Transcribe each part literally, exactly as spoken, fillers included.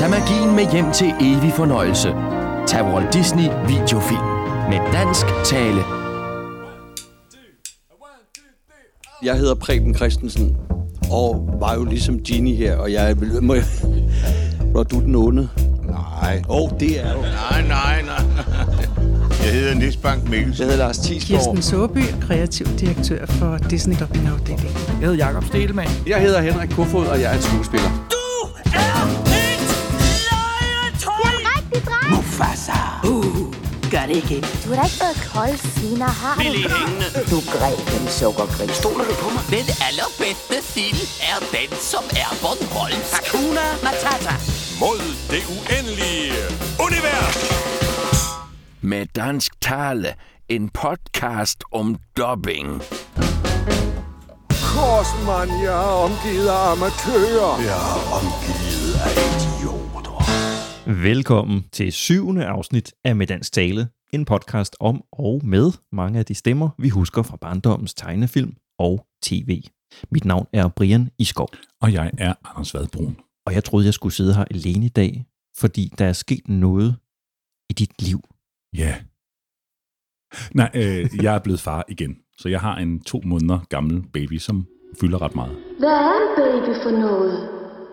Tag magien med hjem til evig fornøjelse. Tag Walt Disney Videofilm med dansk tale. Jeg hedder Preben Christensen, og var jo ligesom Ginny her, og jeg vil... Må jeg... Var du den onde? Nej. Åh, oh, det er du. Nej, nej, nej. Jeg hedder Niels Bank Mikkelsen. Jeg hedder Lars Thiesgaard. Kirsten Såby, kreativ direktør for Disney Dubbing-afdelingen. Jeg hedder Jakob Stelmann. Jeg hedder Henrik Kofod, og jeg er skuespiller. Du er et legetøj! Det er en rigtig dreng! Mufasa! Uh, gør det ikke. Du har da ikke fået kolde siner, har du? Billy hængende. Du greb en sukkergris. Stoler du på mig? Den allerbedste sild er den, som er Bornholms. Hakuna Matata. Mod det uendelige univers. Med dansk tale. En podcast om dubbing. Korsmann, jeg er omgivet af amatører. Jeg er omgivet af idioter. Velkommen til syvende afsnit af Med Dansk Tale, en podcast om og med mange af de stemmer, vi husker fra barndommens tegnefilm og tv. Mit navn er Brian Iskov. Og jeg er Anders Vadbrun. Og jeg troede, jeg skulle sidde her alene i dag, fordi der er sket noget i dit liv. Ja. Nej, øh, jeg er blevet far igen, så jeg har en to måneder gammel baby, som fylder ret meget. Hvad er en baby for noget?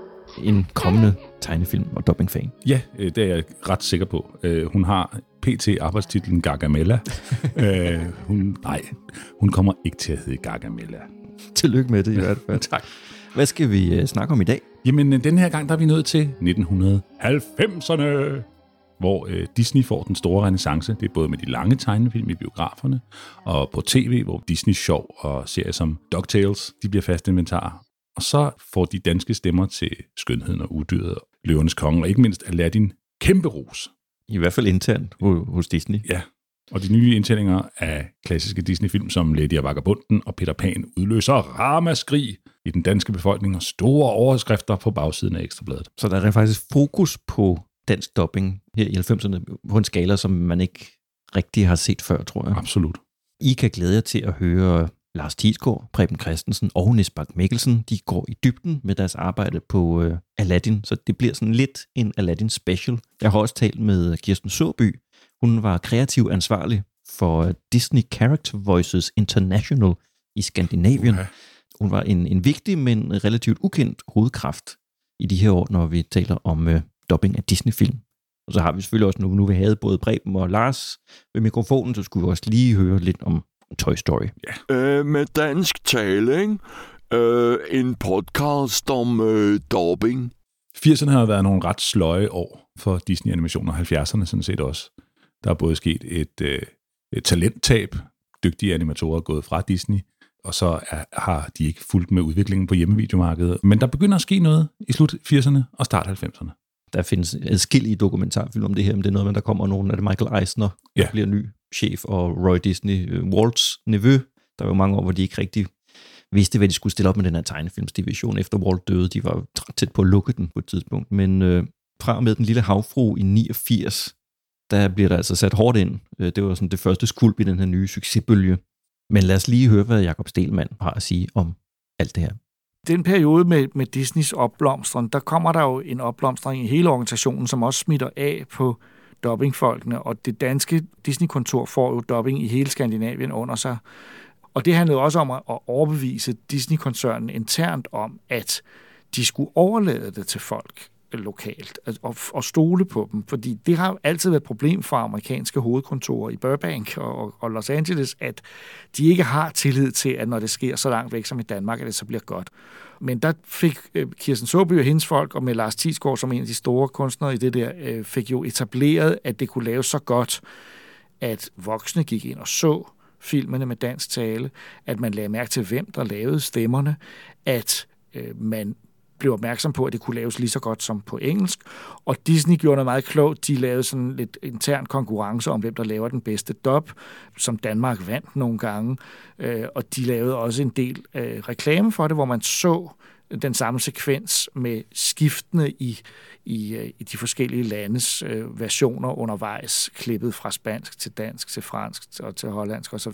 En kommende tegnefilm- og dubbing-fan. Ja, øh, det er jeg ret sikker på. Øh, hun har P T arbejdstitlen Gargamella. øh, hun, nej, hun kommer ikke til at hedde Gargamella. Tillykke med det i hvert fald. Tak. Hvad skal vi uh, snakke om i dag? Jamen, den her gang der er vi nået til nitten halvfemserne, hvor øh, Disney får den store renæssance. Det er både med de lange tegnefilm i biograferne, og på tv, hvor Disney Sjov og serier som DuckTales, de bliver fast inventar. Og så får de danske stemmer til Skønheden og Udyret, Løvernes Konge, og ikke mindst Aladdin kæmpe ros. I hvert fald internt hos Disney. Ja, og de nye indtællinger af klassiske Disney-film som Lady og Vagabunden og Peter Pan udløser ramaskrig i den danske befolkning og store overskrifter på bagsiden af Ekstrabladet. Så der er faktisk fokus på dansk dubbing her i halvfemserne på en skala, som man ikke rigtig har set før, tror jeg. Absolut. I kan glæde jer til at høre Lars Thiesgaard, Preben Christensen og Niels Bank Mikkelsen. De går i dybden med deres arbejde på uh, Aladdin, så det bliver sådan lidt en Aladdin special. Jeg har også talt med Kirsten Såby. Hun var kreativ ansvarlig for Disney Character Voices International i Skandinavien. Okay. Hun var en, en vigtig, men relativt ukendt hovedkraft i de her år, når vi taler om uh, dubbing af Disney-film. Og så har vi selvfølgelig også, nu, nu vi havde både Preben og Lars ved mikrofonen, så skulle vi også lige høre lidt om Toy Story. Ja. Øh, med dansk tale, ikke? Øh, en podcast om øh, dubbing. firserne har været nogle ret sløje år for Disney-animationer, og halvfjerdserne sådan set også. Der er både sket et, øh, et talenttab, dygtige animatorer er gået fra Disney, og så er, har de ikke fulgt med udviklingen på hjemmevideomarkedet. Men der begynder at ske noget i slut firserne og start halvfemserne. Der findes adskillige dokumentarfilm om det her, men det er noget med, der kommer nogen af det Michael Eisner, der ja. bliver ny chef, og Roy Disney, Walts nevø. Der var jo mange år, hvor de ikke rigtig vidste, hvad de skulle stille op med den her tegnefilmsdivision, efter Walt døde. De var tæt på at lukke den på et tidspunkt. Men øh, fra og med Den Lille Havfrue i niogfirs, der bliver der altså sat hårdt ind. Det var sådan det første skulp i den her nye succesbølge. Men lad os lige høre, hvad Jakob Stelmann har at sige om alt det her. Den periode med, med Disneys opblomstring, der kommer der jo en opblomstring i hele organisationen, som også smitter af på dubbingfolkene, og det danske Disney-kontor får jo dubbing i hele Skandinavien under sig. Og det handlede også om at overbevise Disney-koncernen internt om, at de skulle overlade det til folk lokalt og, og stole på dem, fordi det har altid været et problem for amerikanske hovedkontorer i Burbank og, og Los Angeles, at de ikke har tillid til, at når det sker så langt væk som i Danmark, at det så bliver godt. Men der fik Kirsten Såby og hendes folk, og med Lars Thiesgaard som en af de store kunstnere i det der, fik jo etableret, at det kunne laves så godt, at voksne gik ind og så filmene med dansk tale, at man lagde mærke til, hvem der lavede stemmerne, at øh, man blev opmærksom på, at det kunne laves lige så godt som på engelsk. Og Disney gjorde noget meget klogt. De lavede sådan lidt intern konkurrence om, hvem der laver den bedste dub, som Danmark vandt nogle gange. Og de lavede også en del reklame for det, hvor man så den samme sekvens med skiftende i, i, i de forskellige landes øh, versioner undervejs, klippet fra spansk til dansk, til fransk og til hollandsk osv.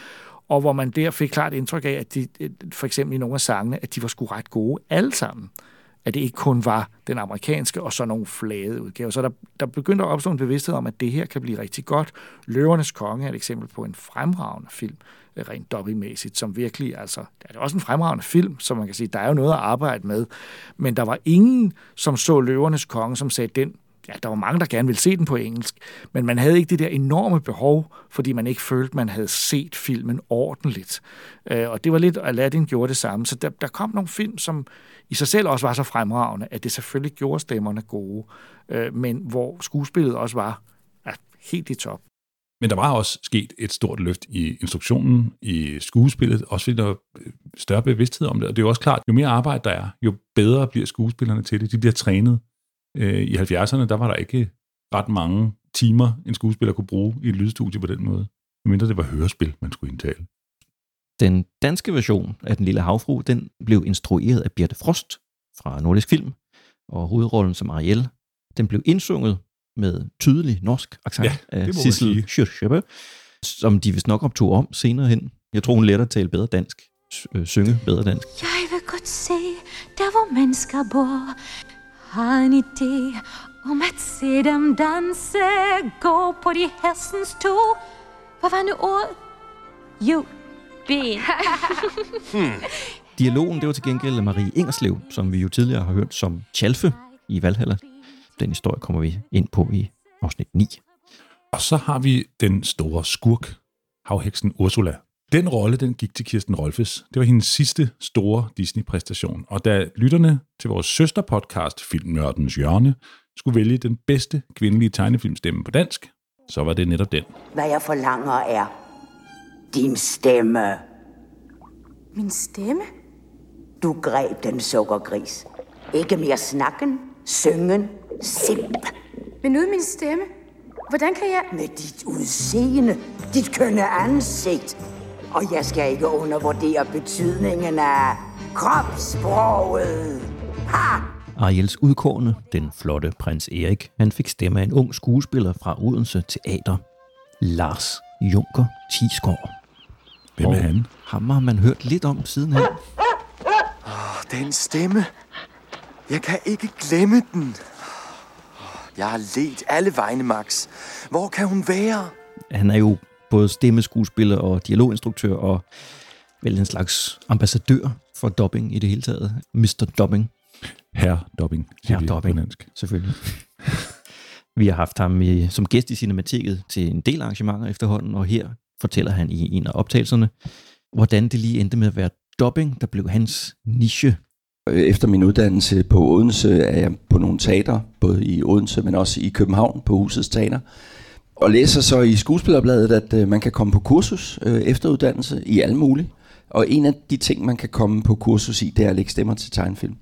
Og hvor man der fik klart indtryk af, at de, for eksempel i nogle af sangene, at de var sgu ret gode alle sammen. at det ikke kun var den amerikanske og så nogle flade udgaver. Så der, der begyndte at opstå en bevidsthed om, at det her kan blive rigtig godt. Løvernes Konge er et eksempel på en fremragende film, rent dobbeltmæssigt, som virkelig, altså, det er også en fremragende film, som man kan sige, der er jo noget at arbejde med, men der var ingen, som så Løvernes Konge, som sagde, den, ja, der var mange, der gerne ville se den på engelsk, men man havde ikke det der enorme behov, fordi man ikke følte, man havde set filmen ordentligt. Og det var lidt, Aladdin gjorde det samme, så der, der kom nogle film, som i sig selv også var så fremragende, at det selvfølgelig gjorde stemmerne gode, men hvor skuespillet også var ja, helt i top. Men der var også sket et stort løft i instruktionen, i skuespillet, også fordi der var større bevidsthed om det. Og det er jo også klart, jo mere arbejde der er, jo bedre bliver skuespillerne til det. De bliver trænet. I halvfjerdserne, der var der ikke ret mange timer, en skuespiller kunne bruge i et lydstudie på den måde. Mindre det var hørespil, man skulle indtale. Den danske version af Den Lille Havfrue, den blev instrueret af Birte Frost fra Nordisk Film, og hovedrollen som Ariel, den blev indsunget med tydelig norsk accent ja, af Sissel Kyrkjebø, som de vist nok optog om senere hen. Jeg tror, hun lærte at tale bedre dansk, øh, synge bedre dansk. Jeg vil godt se, der hvor mennesker bor, har en idé om at se dem danse, gå på de hestens to. Hvad var nu ordet? Jo, ben. hmm. Dialogen, det var til gengæld Marie Ingerslev, som vi jo tidligere har hørt som Tjalfe i Valhalla. Den historie kommer vi ind på i afsnit ni. Og så har vi den store skurk, havheksen Ursula. Den rolle, den gik til Kirsten Rolfes. Det var hendes sidste store Disney-præstation. Og da lytterne til vores søsterpodcast, Filmnørdens Hjørne, skulle vælge den bedste kvindelige tegnefilmstemme på dansk, så var det netop den. Hvad jeg forlanger er din stemme. Min stemme? Du greb den sukkergris. Ikke mere snakken, syngen, simp. Men uden min stemme? Hvordan kan jeg... Med dit udseende, dit kønne ansigt. Og jeg skal ikke undervurdere betydningen af kropssproget. Ha! Ariels udkårne, den flotte prins Erik, han fik stemme af en ung skuespiller fra Odense Teater, Lars Junker Thiesgaard. Hvem er han? Ham har man hørt lidt om sidenhen. Oh, den stemme. Jeg kan ikke glemme den. Jeg har ledt alle vegne, Max. Hvor kan hun være? Han er jo både stemmeskuespiller og dialoginstruktør og vel en slags ambassadør for dubbing i det hele taget. mister Dubbing. Herre Dubbing. Herre Dubbing, selvfølgelig. Vi har haft ham i, som gæst i Cinemateket til en del arrangementer efterhånden, og her fortæller han i en af optagelserne, hvordan det lige endte med at være dubbing, der blev hans niche. Efter min uddannelse på Odense er jeg på nogle teater, både i Odense, men også i København på Husets Teater. Og læser så i Skuespillerbladet, at man kan komme på kursus efter uddannelse i alle mulige. Og en af de ting, man kan komme på kursus i, det er at lægge stemmer til tegnefilm.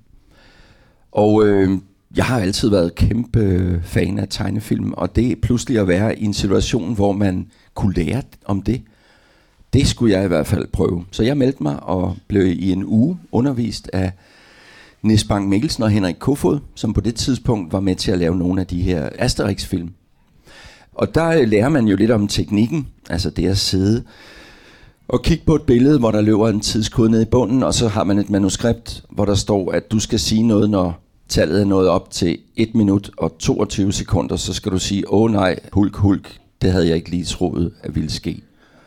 Og øh, jeg har altid været kæmpe fan af tegnefilm, og det pludselig at være i en situation, hvor man kunne lære om det, det skulle jeg i hvert fald prøve. Så jeg meldte mig og blev i en uge undervist af Nis Bank Mikkelsen og Henrik Kofod, som på det tidspunkt var med til at lave nogle af de her Asterix-film. Og der lærer man jo lidt om teknikken, altså det at sidde og kigge på et billede, hvor der løber en tidskode ned i bunden, og så har man et manuskript, hvor der står, at du skal sige noget, når tallet er nået op til et minut og toogtyve sekunder, så skal du sige, åh nej, hulk, hulk, det havde jeg ikke lige troet, at ville ske.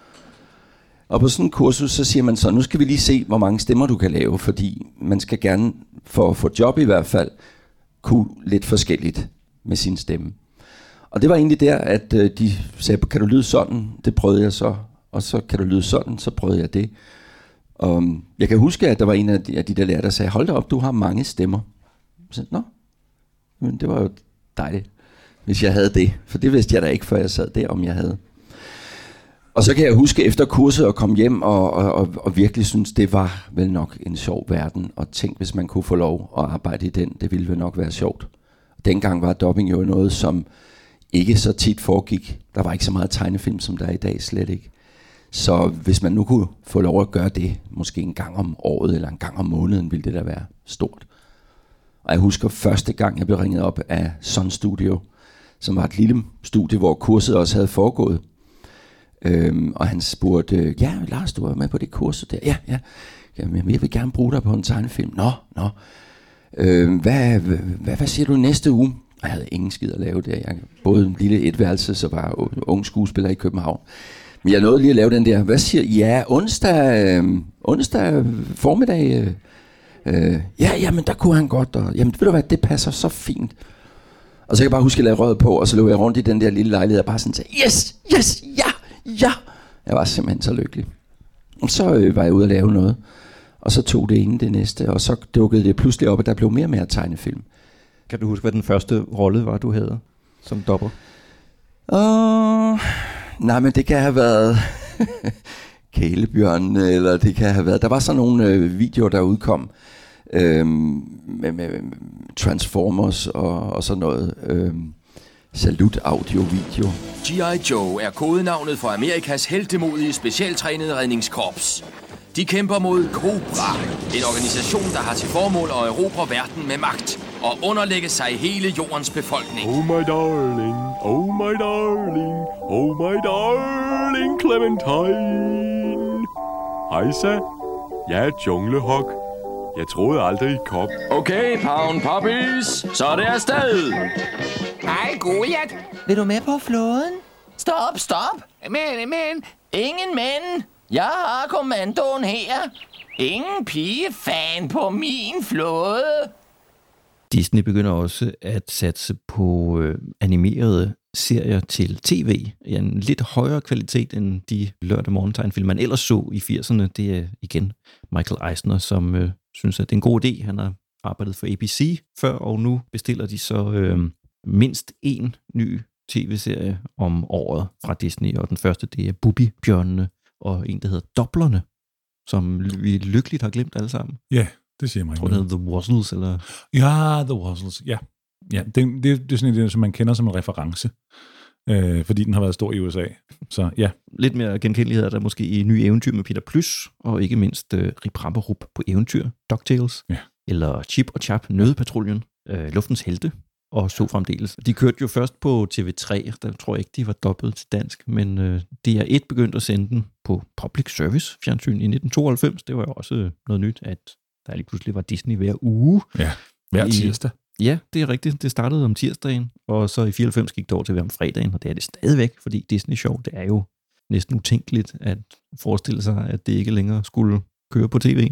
Og på sådan en kursus, så siger man så, nu skal vi lige se, hvor mange stemmer du kan lave, fordi man skal gerne, for at få job i hvert fald, kunne lidt forskelligt med sin stemme. Og det var egentlig der, at de sagde, kan du lyde sådan? Det prøvede jeg så. Og så kan du lyde sådan, så prøvede jeg det. Og jeg kan huske, at der var en af de, af de der lærere, der sagde, hold da op, du har mange stemmer. Så nå, men det var jo dejligt, hvis jeg havde det. For det vidste jeg da ikke, før jeg sad der, om jeg havde. Og så kan jeg huske efter kurset at komme hjem og, og, og, og virkelig synes, det var vel nok en sjov verden. Og tænk, hvis man kunne få lov at arbejde i den, det ville vel nok være sjovt. Dengang var dubbing jo noget, som ikke så tit foregik. Der var ikke så meget tegnefilm, som der er i dag, slet ikke. Så hvis man nu kunne få lov at gøre det, måske en gang om året eller en gang om måneden, ville det da være stort. Og jeg husker første gang, jeg blev ringet op af Sun Studio, som var et lille studie, hvor kurset også havde foregået. Øhm, og han spurgte, ja, Lars, du var med på det kursus der. Ja, ja, jamen, jeg vil gerne bruge dig på en tegnefilm. Nå, nå. Øh, hvad, hvad, hvad siger du næste uge? Jeg havde ingen skid at lave der. Jeg både en lille etværelse, så var ung skuespiller i København. Men jeg nåede lige at lave den der. Hvad siger ja, onsdag, øh, onsdag formiddag. Øh, øh, ja, jamen der kunne han godt. Og, jamen ved du hvad, det passer så fint. Og så kan jeg bare huske at lave røret på, og så løb jeg rundt i den der lille lejlighed og bare sådan sagde, yes, yes, ja, ja. Jeg var simpelthen så lykkelig. Og så øh, var jeg ude at lave noget. Og så tog det ene det næste, og så dukkede det pludselig op, at der blev mere og mere tegnefilm. Kan du huske, hvad den første rolle var, du havde som dobber? Uh, nej, men det kan have været Kælebjørn, eller det kan have været... Der var sådan nogle øh, videoer, der udkom øh, med, med Transformers og, og sådan noget. Øh, Salut audio-video. G I. Joe er kodenavnet for Amerikas heltemodige specialtrænede redningskorps. De kæmper mod Cobra, en organisation, der har til formål at erobre verden med magt og underlægge sig hele jordens befolkning. Oh my darling, oh my darling, oh my darling Clementine. Hejsa, jeg er Junglehok. Jeg troede aldrig, I kom. Okay, Pound Puppies, så er det afsted. Hej, Goliath. Vil du med på flåden? Stop, stop. Men, men, ingen men. Jeg har kommandoen her. Ingen pigefan på min flåde. Disney begynder også at satse på øh, animerede serier til tv i en lidt højere kvalitet end de lørdag morgentegnfilm, man ellers så i firserne. Det er igen Michael Eisner, som øh, synes, at det er en god idé. Han har arbejdet for A B C før, og nu bestiller de så øh, mindst en ny tv-serie om året fra Disney, og den første, det er Bubi-bjørnene, og en, der hedder Doblerne, som vi lykkeligt har glemt alle sammen. Ja, det siger mig. Jeg tror, det hedder The Wuzzles, eller... Ja, The Wuzzles, ja. Ja, det, det, det er sådan en, som man kender som en reference, øh, fordi den har været stor i U S A. Så ja. Lidt mere genkendelighed er der måske i Nye Eventyr med Peter Plys, og ikke mindst øh, Rip Rapperup på eventyr, DuckTales, ja. Eller Chip og Chap, Nødepatruljen, øh, Luftens Helte, og så fremdeles. De kørte jo først på T V tre, der tror jeg ikke, de var dobbelt til dansk, men øh, D R et begyndte at sende den på Public Service fjernsyn i nitten tooghalvfems. Det var jo også noget nyt, at der lige pludselig var Disney hver uge. Ja, hver tirsdag. I, ja, det er rigtigt. Det startede om tirsdagen, og så i fireoghalvfems gik det over til at være om fredagen, og det er det stadigvæk, fordi Disney Show, det er jo næsten utænkeligt at forestille sig, at det ikke længere skulle køre på tv.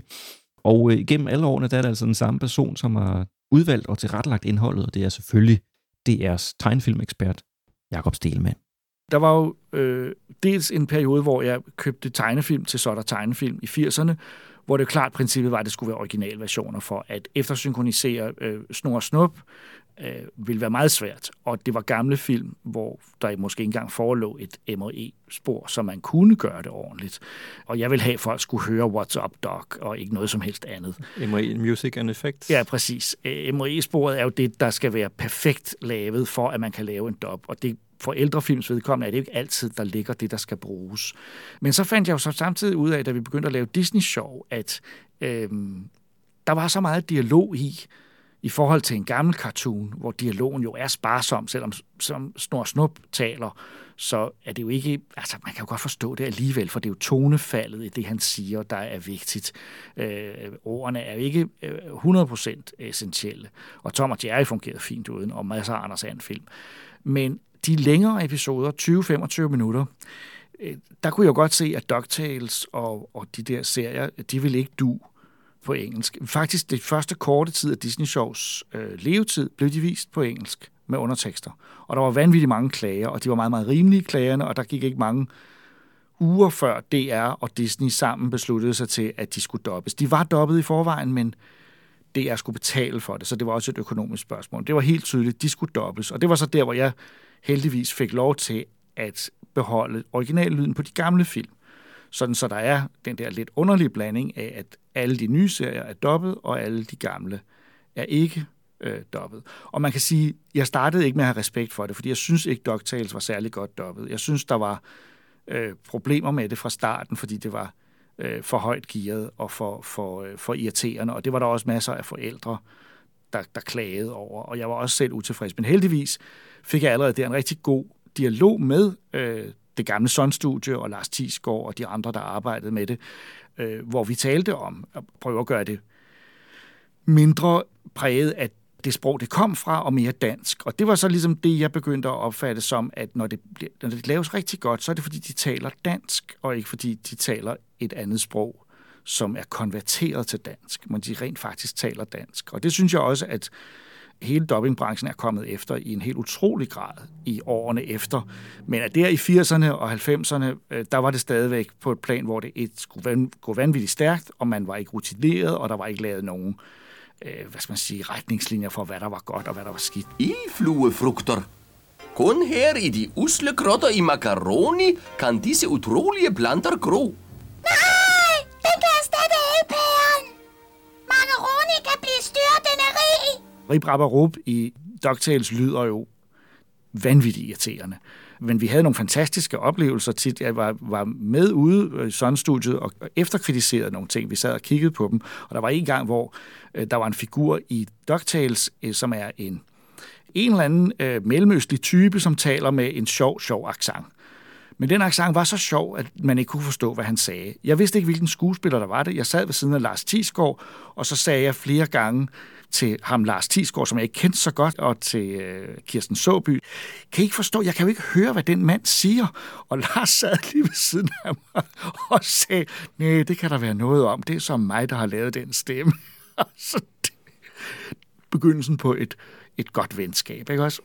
Og øh, gennem alle årene, der er det altså den samme person, som har udvalgt og tilrettelagt indholdet, og det er selvfølgelig D R's tegnefilmekspert, Jakob Stegelmann. Der var jo øh, dels en periode, hvor jeg købte tegnefilm til så der tegnefilm i firserne, hvor det klart princippet var, at det skulle være originalversioner, for at eftersynkronisere øh, Snor og Snup øh, ville være meget svært. Og det var gamle film, hvor der måske engang forelå et M og E-spor, så man kunne gøre det ordentligt. Og jeg vil have, at folk skulle høre What's Up, Doc, og ikke noget som helst andet. M og E, Music and Effects? Ja, præcis. M og E-sporet er jo det, der skal være perfekt lavet, for at man kan lave en dub. Og det for ældrefilms vedkommende er det ikke altid, der ligger det, der skal bruges. Men så fandt jeg jo så samtidig ud af, da vi begyndte at lave Disney Show, at øhm, der var så meget dialog i, i forhold til en gammel cartoon, hvor dialogen jo er sparsom, selvom som Snor Snup taler, så er det jo ikke, altså man kan jo godt forstå det alligevel, for det er jo tonefaldet i det, han siger, der er vigtigt. Øh, ordene er jo ikke øh, hundrede procent essentielle, og Tom og Jerry fungerede fint uden, og masser af Anders And film. Men de længere episoder, tyve til femogtyve minutter, der kunne jeg godt se, at DuckTales og, og de der serier, de ville ikke du på engelsk. Faktisk det første korte tid af Disney Shows øh, levetid blev de vist på engelsk med undertekster. Og der var vanvittigt mange klager, og de var meget, meget rimelige klagerne, og der gik ikke mange uger før D R og Disney sammen besluttede sig til, at de skulle dobbes. De var dobbet i forvejen, men D R skulle betale for det, så det var også et økonomisk spørgsmål. Det var helt tydeligt, de skulle dobbes, og det var så der, hvor jeg heldigvis fik lov til at beholde originallyden på de gamle film. Sådan så der er den der lidt underlige blanding af, at alle de nye serier er dobbet, og alle de gamle er ikke øh, dobbet. Og man kan sige, jeg startede ikke med at have respekt for det, fordi jeg synes ikke, DuckTales var særlig godt dobbet. Jeg synes, der var øh, problemer med det fra starten, fordi det var øh, for højt gearet og for, for, øh, for irriterende, og det var der også masser af forældre, der, der klagede over, og jeg var også selv utilfreds. Men heldigvis fik jeg allerede der en rigtig god dialog med øh, det gamle Sun-studie og Lars Thiesgaard og de andre, der arbejdede med det, øh, hvor vi talte om at prøve at gøre det mindre præget af det sprog, det kom fra, og mere dansk. Og det var så ligesom det, jeg begyndte at opfatte som, at når det, når det laves rigtig godt, så er det fordi, de taler dansk, og ikke fordi, de taler et andet sprog, som er konverteret til dansk, men de rent faktisk taler dansk. Og det synes jeg også, at hele dubbingbranchen er kommet efter i en helt utrolig grad i årene efter. Men at der i firserne og halvfemserne, der var det stadigvæk på et plan, hvor det et skulle gå vanvittigt stærkt, og man var ikke rutineret, og der var ikke lavet nogen øh, hvad skal man sige, retningslinjer for, hvad der var godt og hvad der var skidt. Ildfluefrugter. Kun her i de usle grotter i macaroni kan disse utrolige planter gro. Nej, den kan erstatte elpæren. Macaroni kan blive styrtenderi. Rip Rap og Rup i DuckTales lyder jo vanvittigt irriterende. Men vi havde nogle fantastiske oplevelser tit. Jeg var, var med ude i Sun-studiet og efterkritiserede nogle ting. Vi sad og kiggede på dem. Og der var en gang, hvor øh, der var en figur i DuckTales, øh, som er en, en eller anden øh, mellemøstlig type, som taler med en sjov, sjov accent. Men den accent var så sjov, at man ikke kunne forstå, hvad han sagde. Jeg vidste ikke, hvilken skuespiller der var det. Jeg sad ved siden af Lars Thiesgaard, og så sagde jeg flere gange til ham, Lars Thiesgaard, som jeg ikke kendte så godt, og til øh, Kirsten Såby. Kan I ikke forstå? Jeg kan jo ikke høre, hvad den mand siger. Og Lars sad lige ved siden af mig og sagde, nej, det kan der være noget om. Det er så mig, der har lavet den stemme. Så det, begyndelsen på et, et godt venskab, ikke også?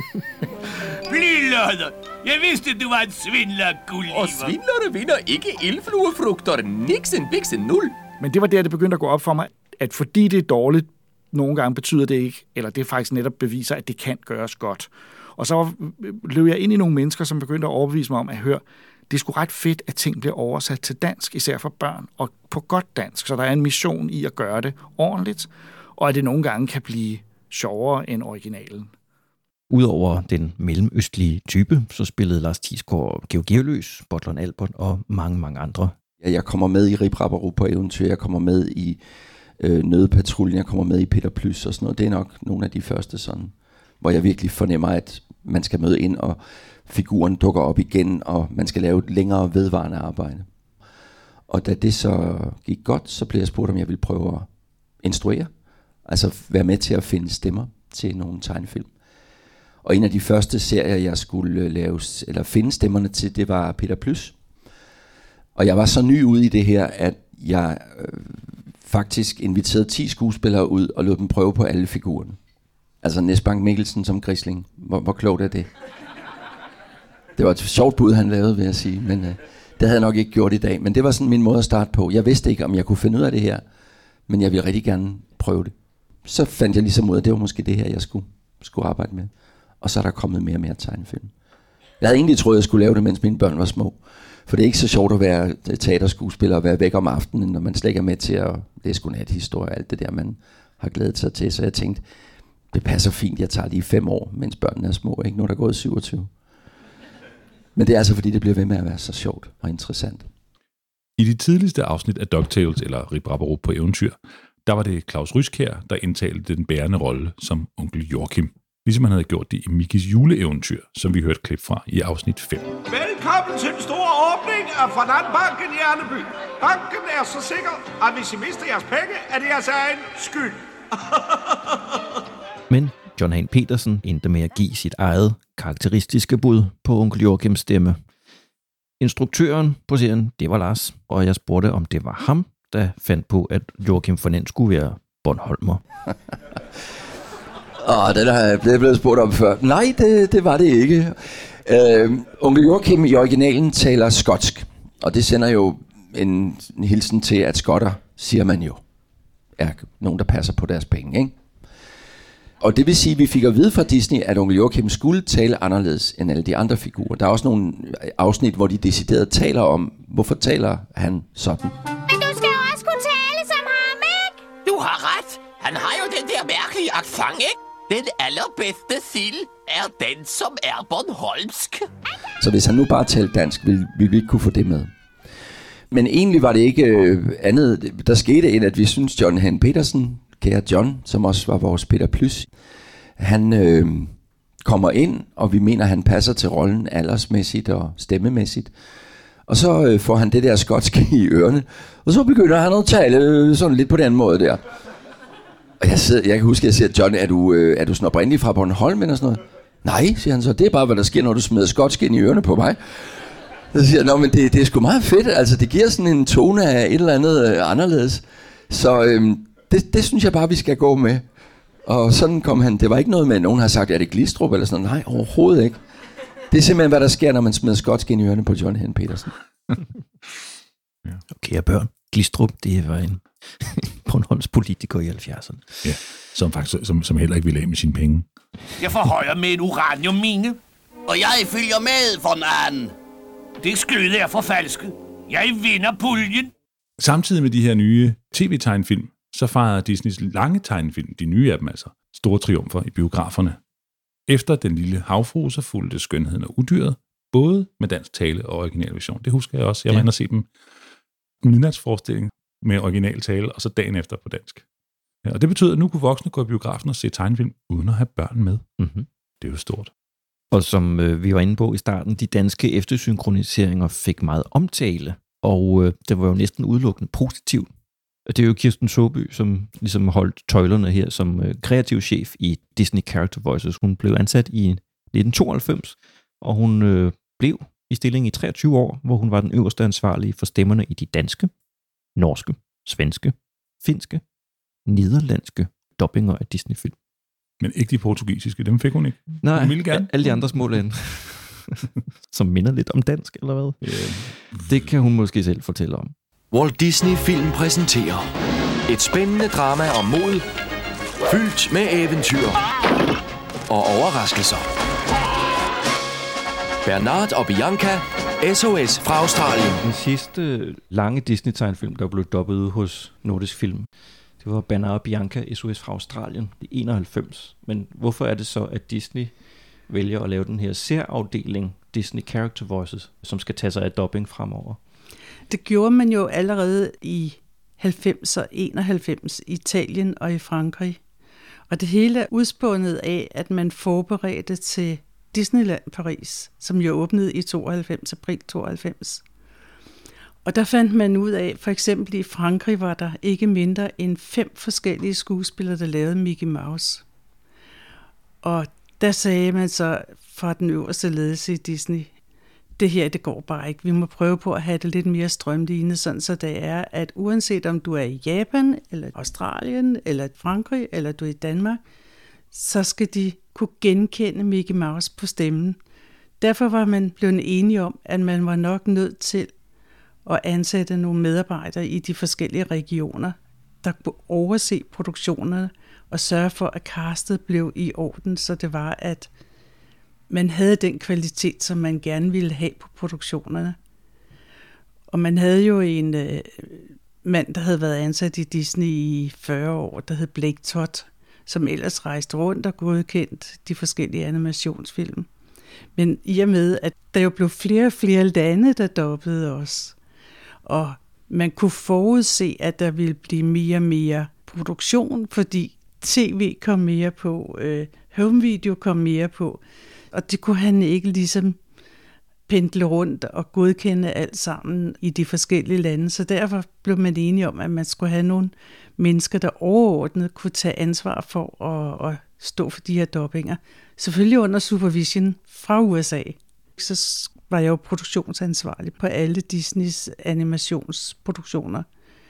Blylodder! Jeg vidste, du var en svindler, Gulliver. Og svindlere vinder ikke ildfluefrugter. Nixen, bixen, nul. Men det var der, det begyndte at gå op for mig, at fordi det er dårligt, nogle gange betyder det ikke, eller det faktisk netop beviser, at det kan gøres godt. Og så løb jeg ind i nogle mennesker, som begyndte at overbevise mig om, at høre, det er sgu ret fedt, at ting bliver oversat til dansk, især for børn, og på godt dansk. Så der er en mission i at gøre det ordentligt, og at det nogle gange kan blive sjovere end originalen. Udover den mellemøstlige type, så spillede Lars Thiesgaard Georg Gearløs, Botlon Albert og mange, mange andre. Ja, jeg kommer med i Rip Rap og Rup på eventyr, jeg kommer med i øh, Nødpatruljen, jeg kommer med i Peter Plys og sådan noget. Det er nok nogle af de første sådan, hvor jeg virkelig fornemmer, at man skal møde ind, og figuren dukker op igen, og man skal lave et længere vedvarende arbejde. Og da det så gik godt, så blev jeg spurgt, om jeg ville prøve at instruere, altså være med til at finde stemmer til nogle tegnefilm. Og en af de første serier, jeg skulle lave, eller finde stemmerne til, det var Peter Plys. Og jeg var så ny ude i det her, at jeg øh, faktisk inviterede ti skuespillere ud og lod dem prøve på alle figurerne. Altså Nesbank Mikkelsen som Grisling. Hvor, hvor klogt er det? Det var et sjovt bud, han lavede, vil jeg sige. Men øh, det havde jeg nok ikke gjort i dag. Men det var sådan min måde at starte på. Jeg vidste ikke, om jeg kunne finde ud af det her. Men jeg ville rigtig gerne prøve det. Så fandt jeg ligesom ud af, at det var måske det her, jeg skulle, skulle arbejde med. Og så er der kommet mere og mere tegnefilm. Jeg havde egentlig troet, at jeg skulle lave det, mens mine børn var små. For det er ikke så sjovt at være teaterskuespiller og være væk om aftenen, når man slet ikke er med til at læse godnathistorie og alt det der, man har glædet sig til. Så jeg tænkte, det passer fint, jeg tager lige fem år, mens børnene er små, ikke? Nu er der gået syvogtyve. Men det er altså, fordi det bliver ved med at være så sjovt og interessant. I de tidligste afsnit af DuckTales, eller Rip Rap og Rup på eventyr, der var det Claus Ryskjær, der indtalte den bærende rolle som onkel Joachim. Ligesom han havde gjort det i Mickes juleeventyr, som vi hørte klip fra i afsnit fem. Velkommen til den store åbning af Finanbanken i Anneby. Banken er så sikker, at hvis I mister jeres penge, er det jeres egen skyld. Men John Hagen Petersen endte med at give sit eget karakteristiske bud på onkel Joachims stemme. Instruktøren på serien, det var Lars, og jeg spurgte, om det var ham, der fandt på, at Joachim von End skulle være Bornholmer. Åh, den har jeg blevet spurgt om før. Nej, det, det var det ikke. Øh, onkel Joachim i originalen taler skotsk, og det sender jo en, en hilsen til, at skotter, siger man jo, er nogen, der passer på deres penge, ikke? Og det vil sige, at vi fik at vide fra Disney, at onkel Joachim skulle tale anderledes end alle de andre figurer. Der er også nogle afsnit, hvor de decideret taler om, hvorfor taler han sådan. Men du skal jo også kunne tale som ham, ikke? Du har ret. Han har jo den der mærkelige accent, ikke? Den allerbedste sild er den, som er bornholmsk. Så hvis han nu bare talte dansk, ville, ville vi ikke kunne få det med. Men egentlig var det ikke øh, andet. Der skete end, at vi synes, John Hagen Petersen, kære John, som også var vores Peter Plys, han øh, kommer ind, og vi mener, han passer til rollen aldersmæssigt og stemmemæssigt. Og så øh, får han det der skotske i ørerne, og så begynder han at tale sådan lidt på den måde der. Og jeg, sidder, jeg kan huske, at jeg siger, John, er du, øh, er du sådan oprindelig fra Bornholm eller sådan noget? Nej, siger han så, det er bare, hvad der sker, når du smider skotsk ind i ørerne på mig. Så siger jeg, nå, men det, det er sgu meget fedt, altså det giver sådan en tone af et eller andet øh, anderledes. Så øh, det, det synes jeg bare, vi skal gå med. Og sådan kom han, det var ikke noget med, at nogen har sagt, er det Glistrup eller sådan noget? Nej, overhovedet ikke. Det er simpelthen, hvad der sker, når man smider skotsk ind i ørerne på John Henry Petersen. Okay, og børn. Glistrup, det var en Bornholms politiker i halvfjerdserne. Ja, som faktisk som, som heller ikke ville af med sine penge. Jeg forhøjer med en uraniummine. Og jeg følger med, von Ahn. Det skyde er forfalsket. Jeg vinder puljen. Samtidig med de her nye tv-tegnfilm, så fejrer Disneys lange tegnefilm, de nye af dem altså, store triumfer i biograferne. Efter Den lille havfrue, så fulgte Skønheden og Udyret, både med dansk tale og original version. Det husker jeg også. Jeg var inde og se dem midnatsforestilling med original tale, og så dagen efter på dansk. Ja, og det betyder, at nu kunne voksne gå i biografen og se tegnefilm, uden at have børn med. Mm-hmm. Det er jo stort. Og som øh, vi var inde på i starten, de danske eftersynkroniseringer fik meget omtale, og øh, det var jo næsten udelukkende positivt. Og det er jo Kirsten Såby, som ligesom holdt tøjlerne her som øh, kreativ chef i Disney Character Voices. Hun blev ansat i nitten tooghalvfems, og hun øh, blev i stilling i treogtyve år, hvor hun var den øverste ansvarlige for stemmerne i de danske, norske, svenske, finske, nederlandske dubbinger af Disney-film. Men ikke de portugisiske, dem fik hun ikke. Nej, hun ville gerne. Alle de andre små lande, som minder lidt om dansk, eller hvad? Yeah. Det kan hun måske selv fortælle om. Walt Disney Film præsenterer et spændende drama om mod, fyldt med eventyr og overraskelser. Bernard og Bianca, S O S fra Australien. Den sidste lange Disney-tegnfilm, der blev dubbet hos Nordisk Film, det var Bernard og Bianca, S O S fra Australien i enoghalvfems. Men hvorfor er det så, at Disney vælger at lave den her særafdeling Disney Character Voices, som skal tage sig af dubbing fremover? Det gjorde man jo allerede i halvfems og enoghalvfems i Italien og i Frankrig. Og det hele er udspundet af, at man forberedte til Disneyland Paris, som jo åbnede i tooghalvfems, april tooghalvfems. Og der fandt man ud af, for eksempel i Frankrig var der ikke mindre end fem forskellige skuespillere, der lavede Mickey Mouse. Og der sagde man så fra den øverste ledelse i Disney, det her, det går bare ikke. Vi må prøve på at have det lidt mere strømlignende, sådan så det er, at uanset om du er i Japan, eller Australien, eller Frankrig, eller du er i Danmark, så skal de kunne genkende Mickey Mouse på stemmen. Derfor var man blevet enige om, at man var nok nødt til at ansætte nogle medarbejdere i de forskellige regioner, der kunne overse produktionerne og sørge for, at castet blev i orden, så det var, at man havde den kvalitet, som man gerne ville have på produktionerne. Og man havde jo en øh, mand, der havde været ansat i Disney i fyrre år, der hed Blake Todd, som ellers rejste rundt og godkendt de forskellige animationsfilm. Men i og med, at der jo blev flere og flere lande, der dubbede os, og man kunne forudse, at der ville blive mere og mere produktion, fordi tv kom mere på, øh, home video kom mere på, og det kunne han ikke ligesom pendle rundt og godkende alt sammen i de forskellige lande. Så derfor blev man enige om, at man skulle have nogle mennesker, der overordnet kunne tage ansvar for at, at stå for de her dubbinger. Selvfølgelig under supervision fra U S A. Så var jeg jo produktionsansvarlig på alle Disneys animationsproduktioner.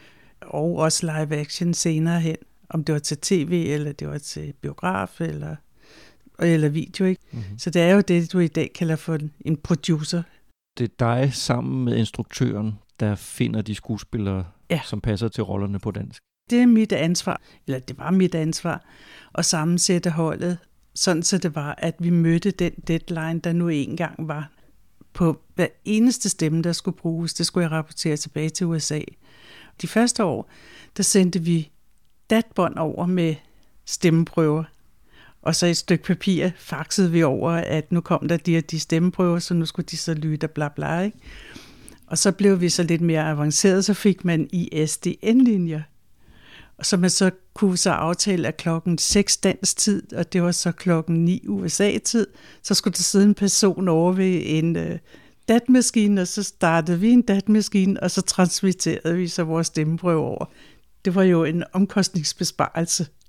Og også live action senere hen. Om det var til tv, eller det var til biograf, eller... eller video, ikke? Mm-hmm. Så det er jo det, du i dag kalder for en producer. Det er dig sammen med instruktøren, der finder de skuespillere, ja, som passer til rollerne på dansk. Det er mit ansvar, eller det var mit ansvar, at sammensætte holdet, sådan så det var, at vi mødte den deadline, der nu engang var. På hver eneste stemme, der skulle bruges, det skulle jeg rapportere tilbage til U S A. De første år, der sendte vi datbånd over med stemmeprøver, og så et stykke papir faxede vi over, at nu kom der de her de stemmeprøver, så nu skulle de så lytte og bla bla, ikke? Og så blev vi så lidt mere avanceret, så fik man I S D N-linjer. Og så man så kunne så aftale, at klokken seks dansk tid, og det var så klokken ni U S A-tid, så skulle der sidde en person over ved en uh, datmaskine, og så startede vi en datmaskine, og så transmitterede vi så vores stemmeprøve over. Det var jo en omkostningsbesparelse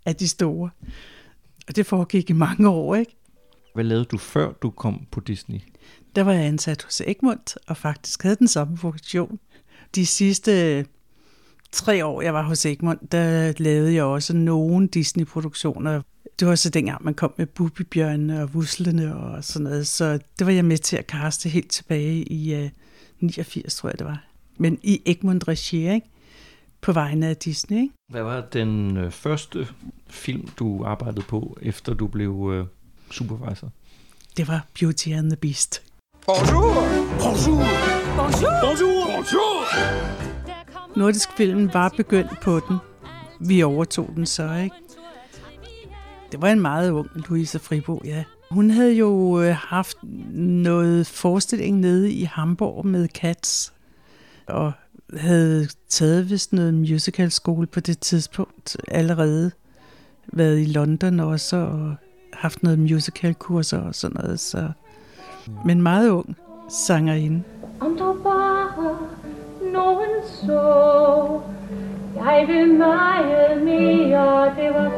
af de store. Og det foregik i mange år, ikke? Hvad lavede du før du kom på Disney? Der var jeg ansat hos Egmont, og faktisk havde den samme funktion. De sidste tre år, jeg var hos Egmont, der lavede jeg også nogle Disney-produktioner. Det var så dengang, man kom med Bubibjørnene og Vuslene og sådan noget, så det var jeg med til at kaste helt tilbage i uh, niogfirs, tror jeg det var. Men i Egmont-regi, ikke? På vegne af Disney, ikke? Hvad var den øh, første film, du arbejdede på, efter du blev øh, supervisor? Det var Beauty and the Beast. Bonjour! Bonjour! Bonjour! Bonjour! Bonjour! Nordisk Film var begyndt på den. Vi overtog den så, ikke? Det var en meget ung Louise Fribo, ja. Hun havde jo haft noget forestilling nede i Hamburg med Cats, og havde taget vist noget musicalskole på det tidspunkt, allerede været i London også, og haft noget musicalkurser og sådan noget, så... Men meget ung sangerinde. Om der bare nogen så, jeg vil meget mere, det var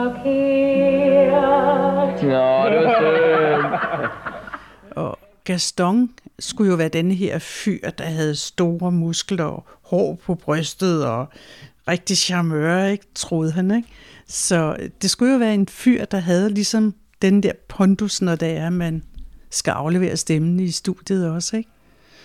forkert. Nå, det var sødt. Og Gaston skulle jo være denne her fyr, der havde store muskler og hår på brystet og rigtig charmeur, ikke? Troede han, ikke? Så det skulle jo være en fyr, der havde ligesom den der pondus, når det er, man skal aflevere stemmen i studiet også, ikke?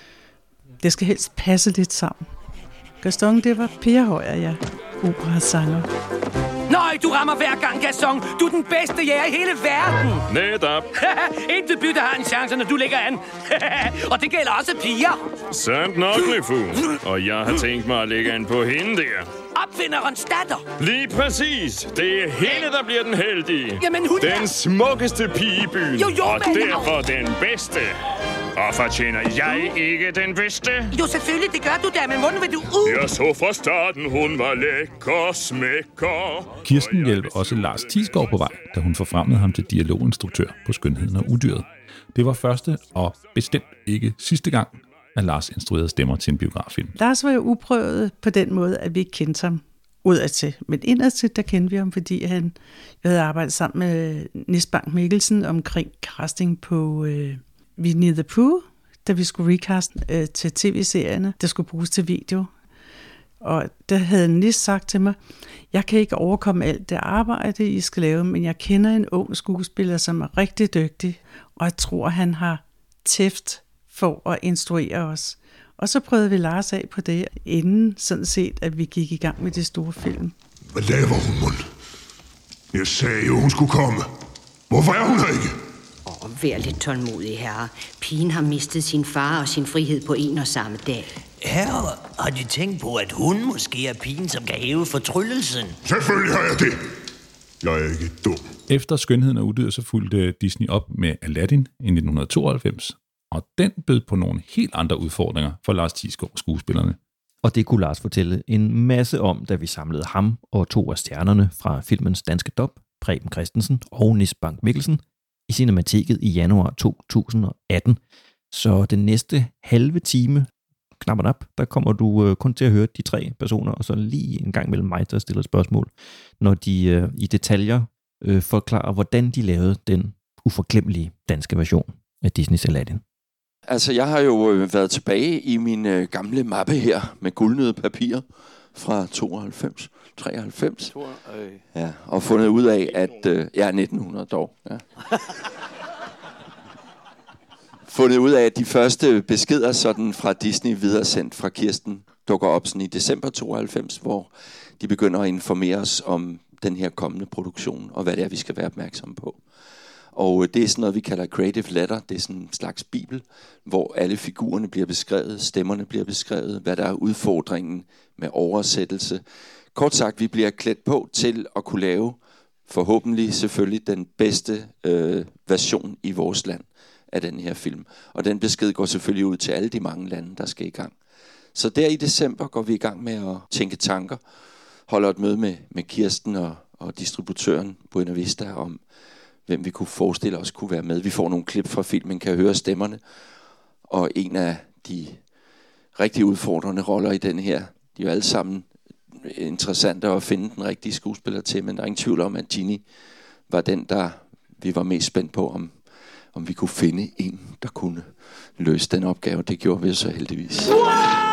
Det skal helst passe lidt sammen. Gaston, det var Per Højer, ja. Operasanger. Nej, du rammer hver gang, Gaston. Du er den bedste jæger i hele verden. Netop. Intet bytte har en chance, når du ligger an. Og det gælder også piger. Sandt nok, Lefu. Og jeg har tænkt mig at lægge an på hende der. Opfinderens datter. Lige præcis. Det er hende, der bliver den heldige. Jamen, hun Den er... smukkeste pige i byen. Jo, jo, og men... derfor den bedste. Og fortjener jeg ikke den bedste? Jo, selvfølgelig, det gør du da, men hvordan vil du ud? Jeg så fra starten, hun var lækker, smækker. Kirsten hjalp også Lars Thiesgaard på vej, da hun forfremmede ham til dialoginstruktør på Skønheden og Udyret. Det var første og bestemt ikke sidste gang, at Lars instruerede stemmer til en biograffilm. Lars var jo uprøvet på den måde, at vi ikke kendte ham udadtil. Men indadtil, der kendte vi ham, fordi han havde arbejdet sammen med Nis Bank Mikkelsen omkring casting på øh, Winnie the Pooh, da vi skulle recast øh, til tv-serierne, der skulle bruges til video. Og der havde Nis sagt til mig, jeg kan ikke overkomme alt det arbejde, I skal lave, men jeg kender en ung skuespiller, som er rigtig dygtig, og jeg tror, han har tæft for at instruere os. Og så prøvede vi Lars af på det, inden sådan set, at vi gik i gang med det store film. Hvad laver hun, mund? Jeg sagde jo, hun skulle komme. Hvorfor er hun her ikke? Åh, oh, vær lidt tålmodig, herre. Pigen har mistet sin far og sin frihed på en og samme dag. Herre, har de tænkt på, at hun måske er pigen, som kan hæve fortryllelsen? Selvfølgelig har jeg det. Jeg er ikke dum. Efter Skønheden og Udyret, så fulgte Disney op med Aladdin i nitten tooghalvfems. Og den bød på nogle helt andre udfordringer for Lars Thiesgaard og skuespillerne. Og det kunne Lars fortælle en masse om, da vi samlede ham og to af stjernerne fra filmens danske dub, Preben Christensen og Nis Bank Mikkelsen, i Cinemateket i januar to tusind og atten. Så den næste halve time, knap og nap, der kommer du øh, kun til at høre de tre personer, og så lige en gang mellem mig, der stiller spørgsmål, når de øh, i detaljer øh, forklarer, hvordan de lavede den uforglemmelige danske version af Disneys Aladdin. Altså, jeg har jo øh, været tilbage i min øh, gamle mappe her med guldnøde papir fra tooghalvfems, treoghalvfems. Ja, og fundet ud af, at... Øh, ja, nitten hundrede dog. Ja. fundet ud af, at de første beskeder sådan fra Disney videresendt fra Kirsten dukker op sådan i december tooghalvfems, hvor de begynder at informere os om den her kommende produktion, og hvad det er, vi skal være opmærksomme på. Og det er sådan noget, vi kalder creative letter. Det er sådan en slags bibel, hvor alle figurerne bliver beskrevet, stemmerne bliver beskrevet, hvad der er udfordringen med oversættelse. Kort sagt, vi bliver klædt på til at kunne lave forhåbentlig selvfølgelig den bedste øh, version i vores land af den her film. Og den besked går selvfølgelig ud til alle de mange lande, der skal i gang. Så der i december går vi i gang med at tænke tanker, holder et møde med, med Kirsten og, og distributøren Buena Vista om, hvem vi kunne forestille os kunne være med. Vi får nogle klip fra filmen, kan høre stemmerne. Og en af de rigtig udfordrende roller i den her, de er jo alle sammen interessant at finde den rigtige skuespiller til, men der er ingen tvivl om, at Ginny var den, der vi var mest spændt på, om, om vi kunne finde en, der kunne løse den opgave. Det gjorde vi så heldigvis. Wow! Wow!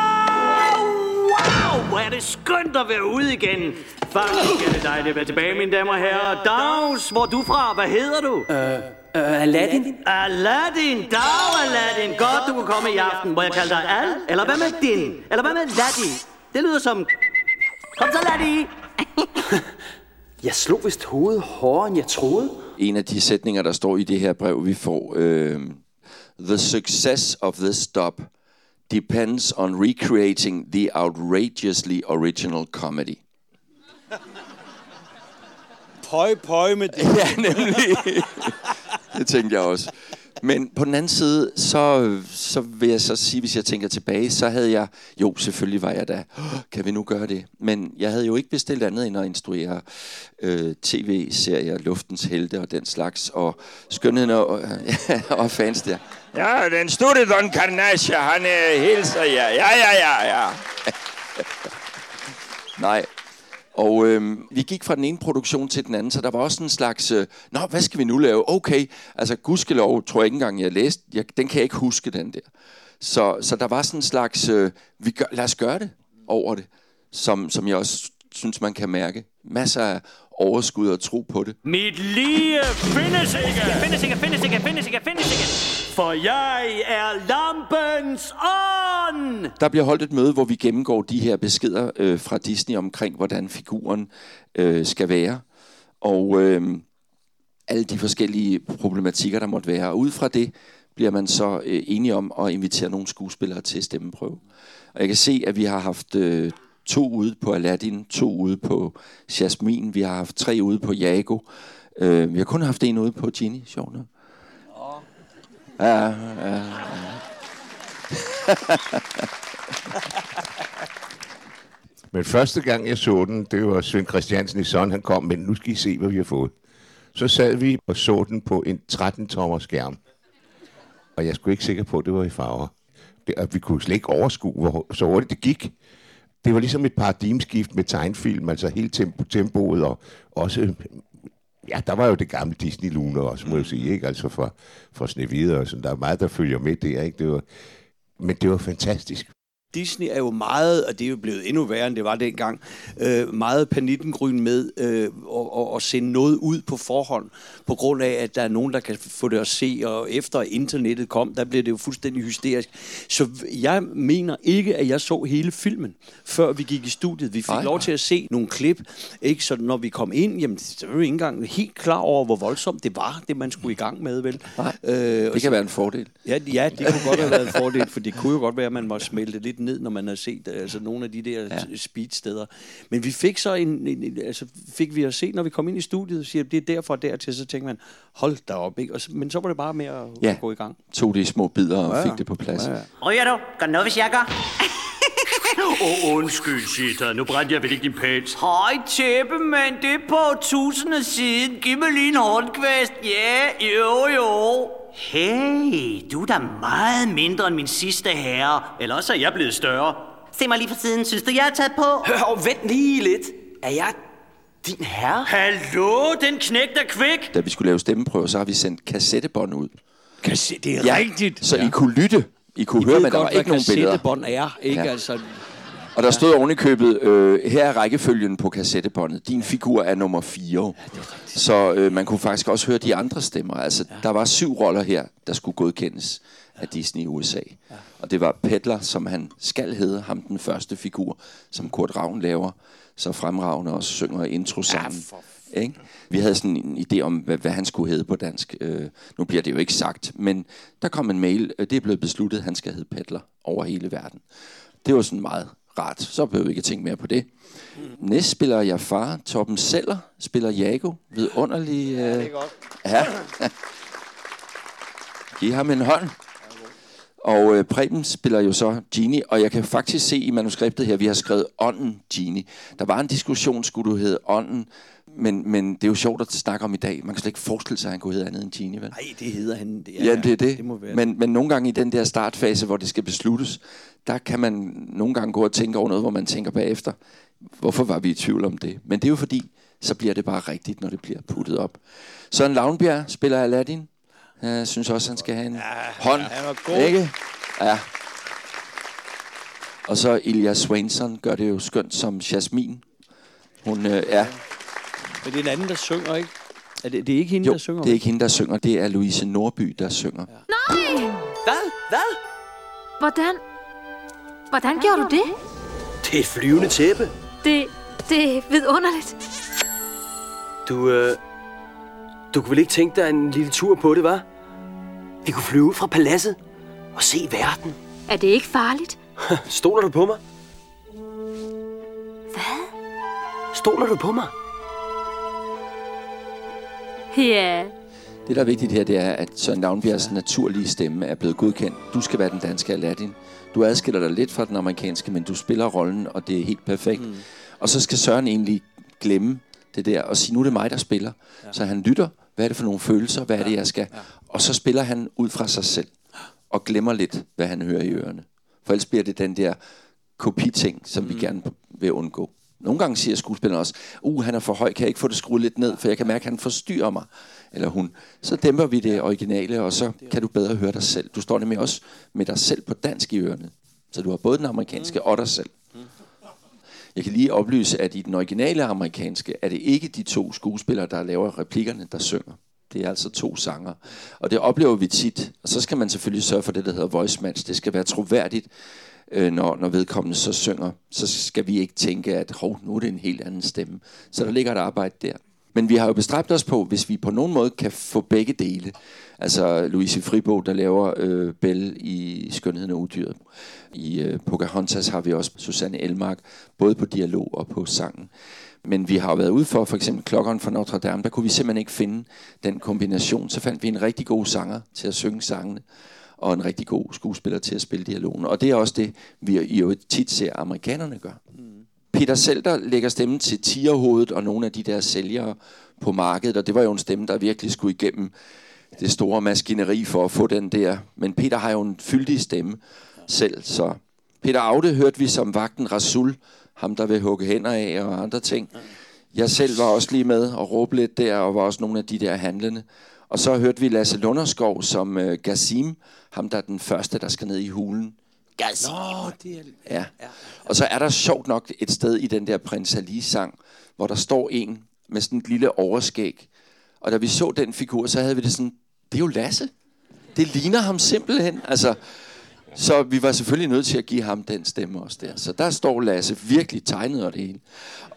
Hvor er det skønt at være ude igen. Faktisk er det dejligt at være tilbage, mine damer og herrer. Dags, hvor er du fra? Hvad hedder du? Øh, øh, Aladdin? Aladdin, dag Aladdin. Godt, du kunne komme i aften. Må jeg kalde dig Al? Eller hvad med din? Eller hvad med Laddi? Det lyder som... Kom så, Laddi! Jeg slog vist hovedet hårdere, end jeg troede. En af de sætninger, der står i det her brev, vi får... Øh, The success of this stop depends on recreating the outrageously original comedy. Pøj, pøj med det. Ja, nemlig. Det tænkte jeg også. Men på den anden side, så, så vil jeg så sige, hvis jeg tænker tilbage, så havde jeg... Jo, selvfølgelig var jeg da... Kan vi nu gøre det? Men jeg havde jo ikke bestilt andet end at instruere øh, tv-serier, Luftens Helte og den slags, og Skønheden og, ja, og fans der. Ja, den store Don Carnage, han øh, hilser jer. Ja, ja, ja, ja. Nej. Og øh, vi gik fra den ene produktion til den anden, så der var også en slags, øh, nå, hvad skal vi nu lave? Okay, altså gudskelov, tror jeg ikke engang, jeg læste, jeg, den kan jeg ikke huske, den der. Så, så der var sådan en slags, øh, vi gør, lad os gøre det over det, som, som jeg også synes, man kan mærke. Masser af overskud og tro på det. Mit lige findes ikke! Findes ikke, findes ikke, findes ikke, findes ikke! For jeg er lampens ånd! Der bliver holdt et møde, hvor vi gennemgår de her beskeder øh, fra Disney omkring, hvordan figuren øh, skal være. Og øh, alle de forskellige problematikker, der måtte være. Og ud fra det bliver man så øh, enige om at invitere nogle skuespillere til stemmeprøve. Og jeg kan se, at vi har haft... Øh, To ude på Aladdin, to ude på Jasmine, vi har haft tre ude på Jago. Uh, vi har kun haft en ude på Ginny, sjovt nok. Ja, ja, ja. Men første gang jeg så den, det var Svend Christiansen i Son, han kom, men nu skal I se, hvad vi har fået. Så sad vi og så den på en tretten-tommer skærm. Og jeg er sgu ikke sikker på, at det var i farver. Det, at vi kunne slet ikke overskue, hvor så hurtigt det gik. Det var ligesom et paradigmeskift med tegnfilm, altså hele tempo, tempoet, og også, ja, der var jo det gamle Disney-luner også, må jeg sige, ikke? Altså for, for Snehvide og sådan, der er meget, der følger med der, ikke? Det var, men det var fantastisk. Disney er jo meget, og det er jo blevet endnu værre, end det var dengang, øh, meget panikkengryn med øh, at, at sende noget ud på forhånd, på grund af, at der er nogen, der kan få det at se, og efter internettet kom, der blev det jo fuldstændig hysterisk. Så jeg mener ikke, at jeg så hele filmen, før vi gik i studiet. Vi fik Ej, lov til at se nogle klip, ikke? Så når vi kom ind, jamen, så var vi ikke engang helt klar over, hvor voldsomt det var, det man skulle i gang med, vel? Nej, øh, det kan så, være en fordel. Ja, ja, det kunne godt have været en fordel, for det kunne jo godt være, at man må smelte lidt ned, når man har set altså nogle af de der ja. speedsteder. Men vi fik så en, en, en altså fik vi at se, når vi kom ind i studiet, og siger, det er derfra dertil, så tænkte man, hold da op, ikke? Og så, men så var det bare med at, ja. at gå i gang. Tog det i små bidder og ja. fik det på plads. Ja, ja. Ryger du? Gør noget, hvis jeg gør? Åh, oh, undskyld, Sita. Nu brændte jeg vel ikke din pels. Høj tæppe, men det er på tusinde siden. Giv mig lige en håndkvæst. Ja, jo, jo. Hey, du er da meget mindre end min sidste herre. Eller også er jeg blevet større. Se mig lige fra siden. Synes du, jeg er taget på? Hør, vent lige lidt. Er jeg din herre? Hallo, den knægt er kvik. Da vi skulle lave stemmeprøver, så har vi sendt kassettebånd ud. Kasse, det er ja, rigtigt. Så ja. I kunne lytte. I kunne I høre, men der var ikke nogen billeder. Kassettebånd er, ikke ja. altså... Og der stod oven i købet, øh, her er rækkefølgen på kassettebåndet. Din figur er nummer fire. Ja, så øh, man kunne faktisk også høre de andre stemmer. Altså, ja. Der var syv roller her, der skulle godkendes af Disney i U S A. Ja. Og det var Peddler, som han skal hedde, ham den første figur, som Kurt Ravn laver. Så fremragende også synger introsangen. Ja, ikke? Vi havde sådan en idé om, hvad, hvad han skulle hedde på dansk. Øh, nu bliver det jo ikke sagt, men der kom en mail. Det er blevet besluttet, at han skal hedde Peddler over hele verden. Det var sådan meget rart. Så behøver vi ikke tænke mere på det. Mm. Næst spiller jeg far. Torben Seller spiller Jago. Vidunderlig. Øh... Ja, det er godt. Ja. Giv ham en hånd. Og øh, Preben spiller jo så Genie, og jeg kan faktisk se i manuskriptet her, vi har skrevet Ånden Genie. Der var en diskussion, skulle du hedde Ånden, men, men det er jo sjovt at snakke om i dag. Man kan slet ikke forestille sig, at han kunne hedde andet end Genie, vel? Nej, det hedder han. Det er, ja, det er det. det må være men, men nogle gange i den der startfase, hvor det skal besluttes, der kan man nogle gange gå og tænke over noget, hvor man tænker bagefter, hvorfor var vi i tvivl om det? Men det er jo fordi, så bliver det bare rigtigt, når det bliver puttet op. Søren Lavnbjerg spiller Aladdin. Jeg synes også, han skal have en ja, hånd. Han var god. Ikke? Ja. Og så Ilja Svensson gør det jo skønt som Jasmin. Hun øh, er... Men det er en anden, der synger, ikke? Er det, det er ikke hende, jo, der synger? det er ikke hende, der synger. Det er Louise Nordby, der synger. Ja. Nej! Hvad? Hvad? Hvordan? Hvordan gjorde du det? Det er et flyvende tæppe. Det, det er vidunderligt. Du, øh... Du kunne vel ikke tænke dig en lille tur på det, hva'? Vi kunne flyve ud fra paladset og se verden. Er det ikke farligt? Stoler du på mig? Hvad? Stoler du på mig? Ja. Det, der er vigtigt her, det er, at Søren Lavnbjergs naturlige stemme er blevet godkendt. Du skal være den danske Aladdin. Du adskiller dig lidt fra den amerikanske, men du spiller rollen, og det er helt perfekt. Mm. Og så skal Søren egentlig glemme det der og sige, nu er det mig, der spiller. Ja. Så han lytter, hvad er det for nogle følelser, hvad er det, jeg skal... Ja. Og så spiller han ud fra sig selv, og glemmer lidt, hvad han hører i ørerne. For ellers bliver det den der kopiting, som mm. vi gerne vil undgå. Nogle gange siger skuespilleren også, uh, han er for høj, kan jeg ikke få det skruet lidt ned, for jeg kan mærke, at han forstyrrer mig, eller hun. Så dæmper vi det originale, og så kan du bedre høre dig selv. Du står nemlig også med dig selv på dansk i ørerne. Så du har både den amerikanske og dig selv. Jeg kan lige oplyse, at i den originale amerikanske, er det ikke de to skuespillere, der laver replikkerne, der synger. Det er altså to sanger. Og det oplever vi tit. Og så skal man selvfølgelig sørge for det, der hedder voice match. Det skal være troværdigt, øh, når, når vedkommende så synger. Så skal vi ikke tænke, at hov, nu er det en helt anden stemme. Så der ligger et arbejde der. Men vi har jo bestræbt os på, hvis vi på nogen måde kan få begge dele. Altså Louise Fribo, der laver øh, Belle i Skønheden og Udyret. I øh, Pocahontas har vi også Susanne Elmark, både på dialog og på sangen. Men vi har jo været ude for, for eksempel Klokkeren fra Notre Dame, der kunne vi simpelthen ikke finde den kombination. Så fandt vi en rigtig god sanger til at synge sangene, og en rigtig god skuespiller til at spille dialogen. Og det er også det, vi jo tit ser amerikanerne gøre. Mm. Peter Selter lægger stemmen til Tigerhovedet og nogle af de der sælgere på markedet, og det var jo en stemme, der virkelig skulle igennem det store maskineri for at få den der. Men Peter har jo en fyldig stemme selv, så Peter Aude hørte vi som vagten Rasul, ham der vil hugge hænder af og andre ting. Jeg selv var også lige med og råbe lidt der, og var også nogle af de der handlende. Og så hørte vi Lasse Lunderskov som uh, Gazim, ham der er den første, der skal ned i hulen. Gazim. Nå, det er... Ja. Og så er der sjovt nok et sted i den der Prins Ali-sang, hvor der står en med sådan et lille overskæg. Og da vi så den figur, så havde vi det sådan, det er jo Lasse. Det ligner ham simpelthen. Altså, så vi var selvfølgelig nødt til at give ham den stemme også der. Så der står Lasse virkelig tegnet og det hele.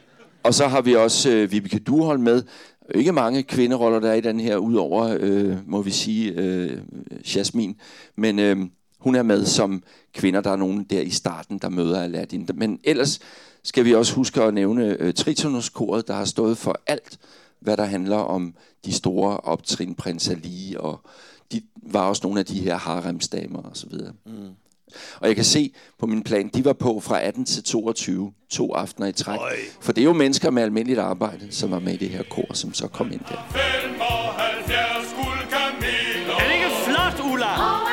Og så har vi også øh, Vibeke Duholm med. Ikke mange kvinderoller, der er i den her, udover, øh, må vi sige, øh, Jasmin. Men øh, hun er med som kvinder. Der er nogen der i starten, der møder Aladdin. Men ellers skal vi også huske at nævne øh, Tritonuskoret, der har stået for alt, hvad der handler om de store optrin, Prins Ali, og de var også nogle af de her haremsdamer og så videre. Mm. Og jeg kan se på min plan, de var på fra atten til toogtyve, to aftener i træk. Øj. For det er jo mennesker med almindeligt arbejde, som var med i det her kor, som så kom ind der. Er det ikke flot, Ulla?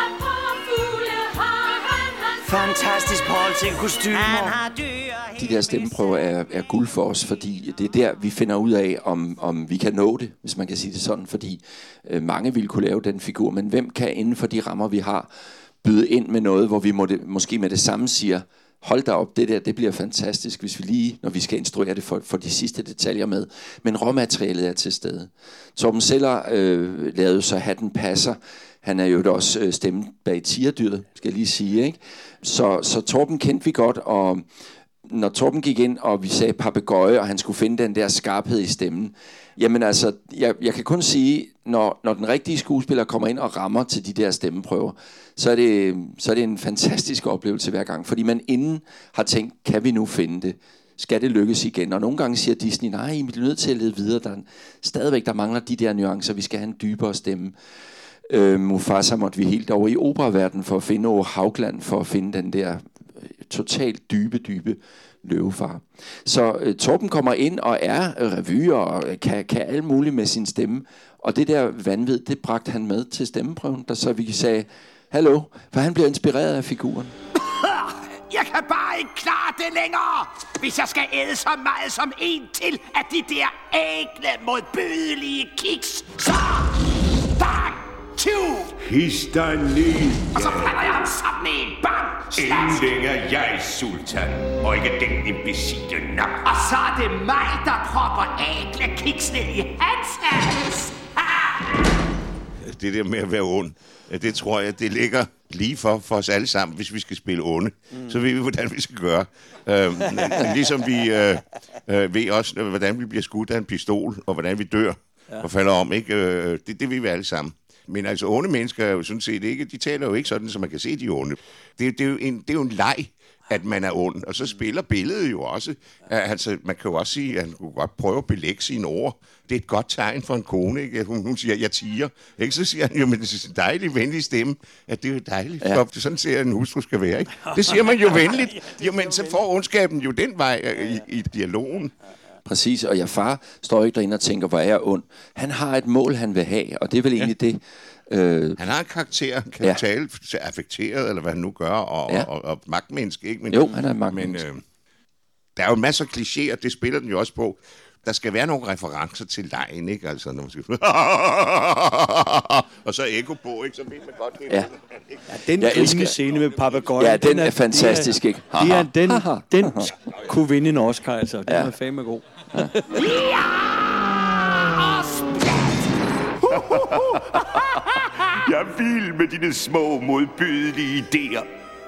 Fantastisk Paul til kostymer. De der stemmeprøver er, er guld for os, fordi det er der, vi finder ud af, om, om vi kan nå det, hvis man kan sige det sådan. Fordi øh, mange ville kunne lave den figur, men hvem kan inden for de rammer, vi har, byde ind med noget, hvor vi må det, måske med det samme siger, hold da op, det der, det bliver fantastisk, hvis vi lige, når vi skal instruere det, for, for de sidste detaljer med. Men råmaterialet er til stede. Torben Seller øh, lavede så Hatten passer. Han er jo også øh, stemmen bag Tigerdyret, skal jeg lige sige, ikke? Så, så Torben kendte vi godt, og når Torben gik ind, og vi sagde papegøje, og han skulle finde den der skarphed i stemmen, jamen altså, jeg, jeg kan kun sige, når, når den rigtige skuespiller kommer ind og rammer til de der stemmeprøver, så er det, så er det en fantastisk oplevelse hver gang, fordi man inden har tænkt, kan vi nu finde det? Skal det lykkes igen? Og nogle gange siger Disney, nej, vi er nødt til at lede videre, der er stadigvæk, der mangler de der nuancer, vi skal have en dybere stemme. Øh, Mufasa måtte vi helt over i operaverdenen for at finde over Haugland, for at finde den der øh, totalt dybe, dybe løvefar. Så øh, Torben kommer ind og er øh, revyer og øh, kan, kan alt muligt med sin stemme. Og det der vanvid, det bragte han med til stemmeprøven, der så vi sagde, hallo, for han bliver inspireret af figuren. Jeg kan bare ikke klare det længere, hvis jeg skal æde så meget som en til af de der ægle modbydelige kiks. Så, bang, tyv! Hister ned. Og så falder jeg ham sammen i en bang. Inden længe er jeg sultan, og ikke den imbecile nok. Og så er det mig, der propper ægle kiks ned i hans hals. Det der med at være ond, det tror jeg, det ligger lige for, for os alle sammen, hvis vi skal spille onde. Mm. Så ved vi, hvordan vi skal gøre. Øhm, ligesom vi øh, øh, ved også, hvordan vi bliver skudt af en pistol, og hvordan vi dør ja. og falder om. Ikke? Øh, det, det ved vi alle sammen. Men altså, onde mennesker er jo sådan set ikke, de taler jo ikke sådan, så man kan se de onde. Det, det, er, jo en, det er jo en leg, at man er ond, og så spiller billedet jo også. Altså, man kan jo også sige, at han kunne godt prøve at belægge sine ord. Det er et godt tegn for en kone, ikke? Hun, hun siger, jeg tiger. Ikke? Så siger han jo med en dejlig, venlig stemme, at det er jo dejligt. Ja. For sådan ser en hustru skal være, ikke? Det siger man jo venligt. Jamen, så får ondskaben jo den vej i, i dialogen. Præcis, og jeg far står ikke derinde og tænker, hvor er jeg ond. Han har et mål, han vil have, og det er vel egentlig ja. det... Øh, han har en karakter, kan ja. tale affekteret, eller hvad han nu gør, og, ja. og, og, og magtmenneske, ikke? Men, jo, han er en magtmenneske. Men øh, der er jo masser af klichéer, det spiller den jo også på. Der skal være nogle referencer til lejen, ikke? Altså, når man skal... og så ekko på, ikke? Så ved man godt, det ja. ja, den jeg elsker scene med papagøjen. Ja, den, den er, er fantastisk, ikke? Det er, den, den kunne vinde en Oscar, altså. Den ja. er fandme god. Ja. Jeg er vild med dine små modbydelige idéer.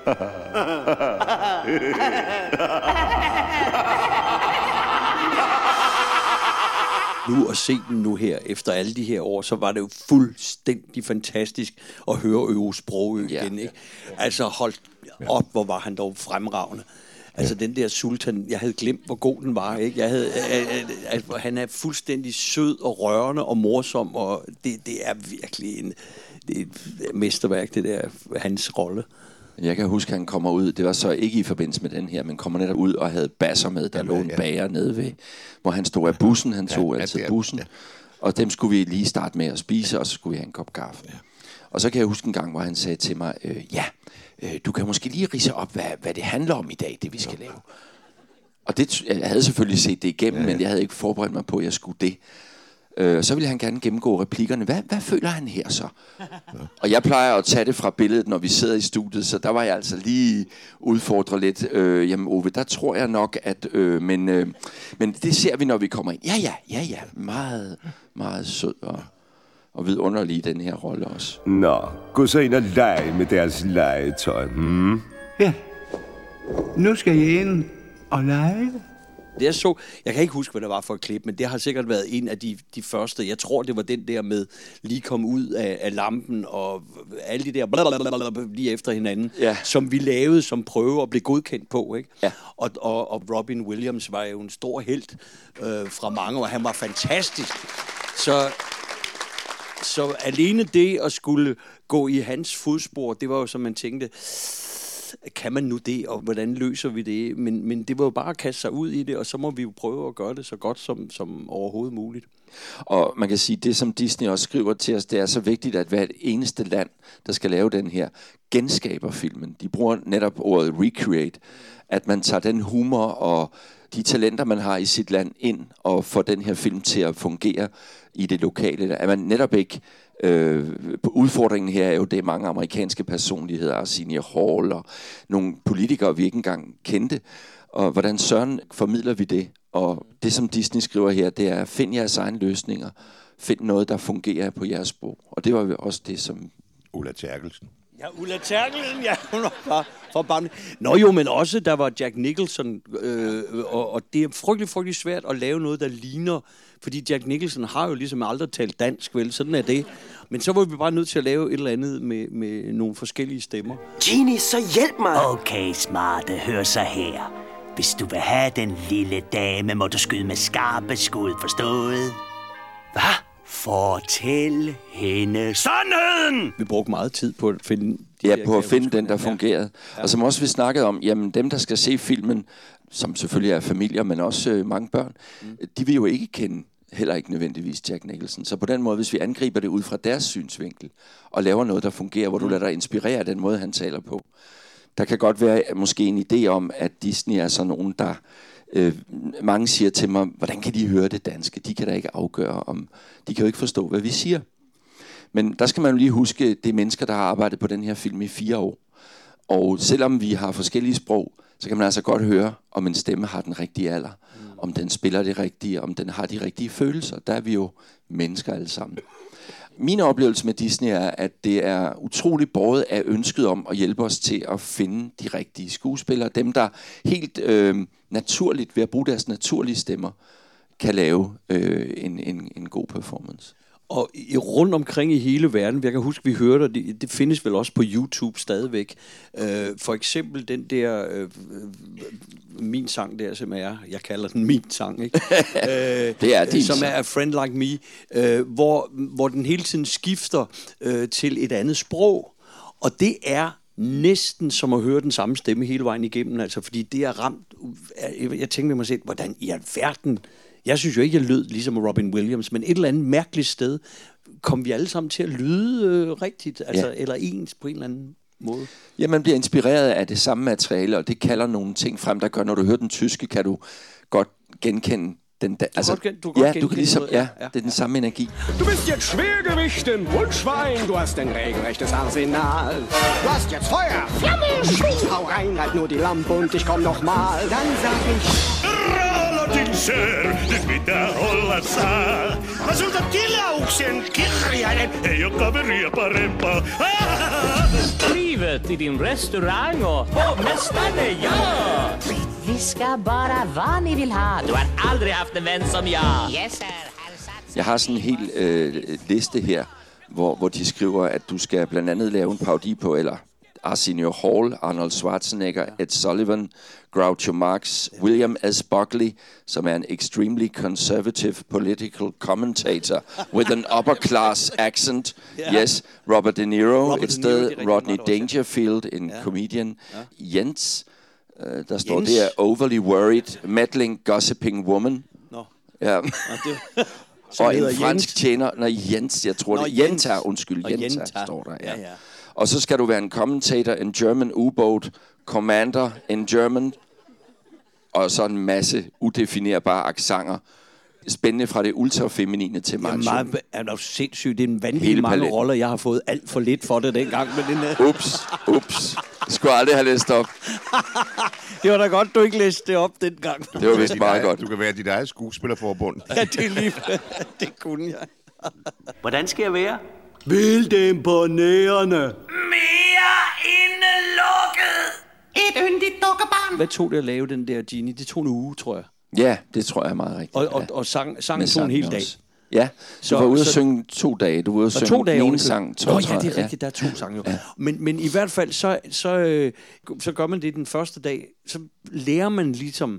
Nu at se den nu her, efter alle de her år, så var det jo fuldstændig fantastisk at høre Øve Sprogø igen, ja. ikke? Altså holdt op, hvor var han dog fremragende. Altså ja. den der sultan, jeg havde glemt, hvor god den var, ikke? Jeg havde, altså, han er fuldstændig sød og rørende og morsom, og det, det er virkelig en, det er et mesterværk, det der, hans rolle. Jeg kan huske, at han kommer ud, det var så ikke i forbindelse med den her, men kommer netop ud og havde basser med, der ja, lå en ja. bager nede ved, hvor han stod af bussen, han tog ja, altså ja, bussen, ja. og dem skulle vi lige starte med at spise, og så skulle vi have en kop kaffe. Ja. Og så kan jeg huske en gang, hvor han sagde til mig, øh, ja, øh, du kan måske lige ridse op, hvad, hvad det handler om i dag, det vi skal lave. Og det, jeg havde selvfølgelig set det igennem, ja, ja. men jeg havde ikke forberedt mig på, at jeg skulle det. Øh, så ville han gerne gennemgå replikkerne. Hvad, hvad føler han her så? Ja. Og jeg plejer at tage det fra billedet, når vi sidder i studiet, så der var jeg altså lige udfordret lidt. Øh, jamen Ove, der tror jeg nok, at... Øh, men, øh, men det ser vi, når vi kommer ind. Ja, ja, ja, ja. Meget, meget sød og, og vidunderlig den her rolle også. Nå, gå så ind og lege med deres legetøj. Hmm? Ja, nu skal jeg ind og lege. Det er så, jeg kan ikke huske, hvad det var for et klip, men det har sikkert været en af de, de første. Jeg tror, det var den der med lige komme ud af, af lampen og alle de der blablabla lige efter hinanden, ja. som vi lavede som prøve og blev godkendt på. Ikke? Ja. Og, og, og Robin Williams var jo en stor helt øh, fra mange, og han var fantastisk. Så, så alene det at skulle gå i hans fodspor, det var jo, som man tænkte... Kan man nu det, og hvordan løser vi det? Men, men det var jo bare at kaste sig ud i det, og så må vi jo prøve at gøre det så godt som, som overhovedet muligt. Og man kan sige, det som Disney også skriver til os, det er så vigtigt, at hvert eneste land, der skal lave den her, genskaber filmen. De bruger netop ordet recreate, at man tager den humor og de talenter, man har i sit land ind, og får den her film til at fungere i det lokale. At man netop ikke... Øh, udfordringen her er jo, det er mange amerikanske personligheder, Arsenio Hall og nogle politikere, vi ikke engang kendte. Og hvordan søren formidler vi det? Og det, som Disney skriver her, det er, find jeres egne løsninger. Find noget, der fungerer på jeres sprog. Og det var jo også det, som... Ulla Terkelsen. Ja, Ulla Terkelsen, ja, hun var bare for barn. Nå jo, men også, der var Jack Nicholson, øh, og, og det er frygtelig, frygtelig svært at lave noget, der ligner, fordi Jack Nicholson har jo ligesom aldrig talt dansk, vel, sådan er det. Men så var vi bare nødt til at lave et eller andet med, med nogle forskellige stemmer. Genie, så hjælp mig! Okay, smarte, hør så her. Hvis du vil have den lille dame, må du skyde med skarpe skud, forstået? Hvad? Fortæl hende sandheden! Vi brugte meget tid på at finde... Ja, på at finde den, der fungerede. Ja. Og som også vi snakkede om, jamen dem, der skal se filmen, som selvfølgelig er familier, men også øh, mange børn, mm. de vil jo ikke kende heller ikke nødvendigvis Jack Nicholson. Så på den måde, hvis vi angriber det ud fra deres synsvinkel, og laver noget, der fungerer, hvor du lader dig inspirere af den måde, han taler på, der kan godt være måske en idé om, at Disney er sådan nogen, der... Øh, mange siger til mig, hvordan kan de høre det danske? De kan da ikke afgøre om... De kan jo ikke forstå, hvad vi siger. Men der skal man jo lige huske, det er mennesker, der har arbejdet på den her film i fire år. Og selvom vi har forskellige sprog, så kan man altså godt høre, om en stemme har den rigtige alder. Mm. Om den spiller det rigtige, om den har de rigtige følelser. Der er vi jo mennesker alle sammen. Min oplevelse med Disney er, at det er utroligt båret af ønsket om at hjælpe os til at finde de rigtige skuespillere. Dem, der helt øh, naturligt, ved at bruge deres naturlige stemmer, kan lave øh, en, en, en god performance. Og i, rundt omkring i hele verden, jeg kan huske, vi hørte, det, det findes vel også på YouTube stadigvæk. Øh, for eksempel den der, øh, min sang der, som er, jeg kalder den min sang, ikke? øh, det er din som sang. er A Friend Like Me, øh, hvor, hvor den hele tiden skifter øh, til et andet sprog. Og det er næsten som at høre den samme stemme hele vejen igennem, altså, fordi det er ramt, jeg, jeg tænkte ved mig selv, hvordan i alverden. Jeg synes jo ikke, jeg lød ligesom Robin Williams, men et eller andet mærkeligt sted kom vi alle sammen til at lyde øh, rigtigt, altså, ja. Eller ens på en eller anden måde. Ja, man bliver inspireret af det samme materiale, og det kalder nogle ting frem, der gør, når du hører den tyske, kan du godt genkende den der. Altså, du, kan, du, ja, du kan ligesom, ja, ja, det er den samme energi. Du bist jetzt Schwergewicht im Wunschwein, du hast ein regelrechtes Arsenal. Du hast jetzt Feuer, Flamme, hau rein, halt nur die Lampe und ich komm noch mal, dann sag ich... Nyt pitää olla saa. Mä sulta tilauksen kirjainen, ei oo kaveria parempaa. Livet i din restaurang och hovmästare, ja! Viska bara vad ni vill ha. Du har aldrig haft en vän som jag. Yes, sir. Jeg har sådan en hel øh, liste her, hvor, hvor de skriver, at du skal blandt andet lave en parodi på, eller Arsenio Hall, Arnold Schwarzenegger, Ed Sullivan, Groucho Marx, William S. Buckley, som er en extremely conservative political commentator with an upper class accent. Yeah. Yes, Robert De Niro, Robert et De sted, Niro, Rodney Dangerfield, en yeah. comedian. Yeah. Jens, uh, der står Jens. der, overly worried, meddling, gossiping woman. Nå. Ja. Nå, det... Og en fransk Jens. tjener, nej Jens, jeg tror Nå, det, Jens. Jenta, undskyld, Og Jenta, Jenta. står der, ja. Ja, ja. Og så skal du være en commentator, en German U-boat, commander, en German, og så en masse udefinerbare accenter. Spændende fra det ultrafeminine til macho. Ja, meget, er du sindssygt. Det er en vanvittig mange paletten. Roller. Jeg har fået alt for lidt for det dengang. Men den, uh... Ups, ups. Skulle aldrig have læst op. Det var da godt, du ikke læste det op dengang. Det var vist meget godt. Du kan være dit eget skuespillerforbund. Ja, det er lige det kunne jeg. Hvordan skal jeg være? Vildt imponerende. Mere indelukket. Et yndigt dukkebarn. Hvad tog det at lave den der Genie? Det tog en uge, tror jeg. Ja, det tror jeg er meget rigtigt. Og, og, og sang, sang tog en hel dag. Ja, du så, var ude at så, synge to dage. Du var ude at synge to dage en sang. Nå ja, det er rigtigt, der er to sange jo. Ja. Men, men i hvert fald, så, så, øh, så gør man det den første dag. Så lærer man ligesom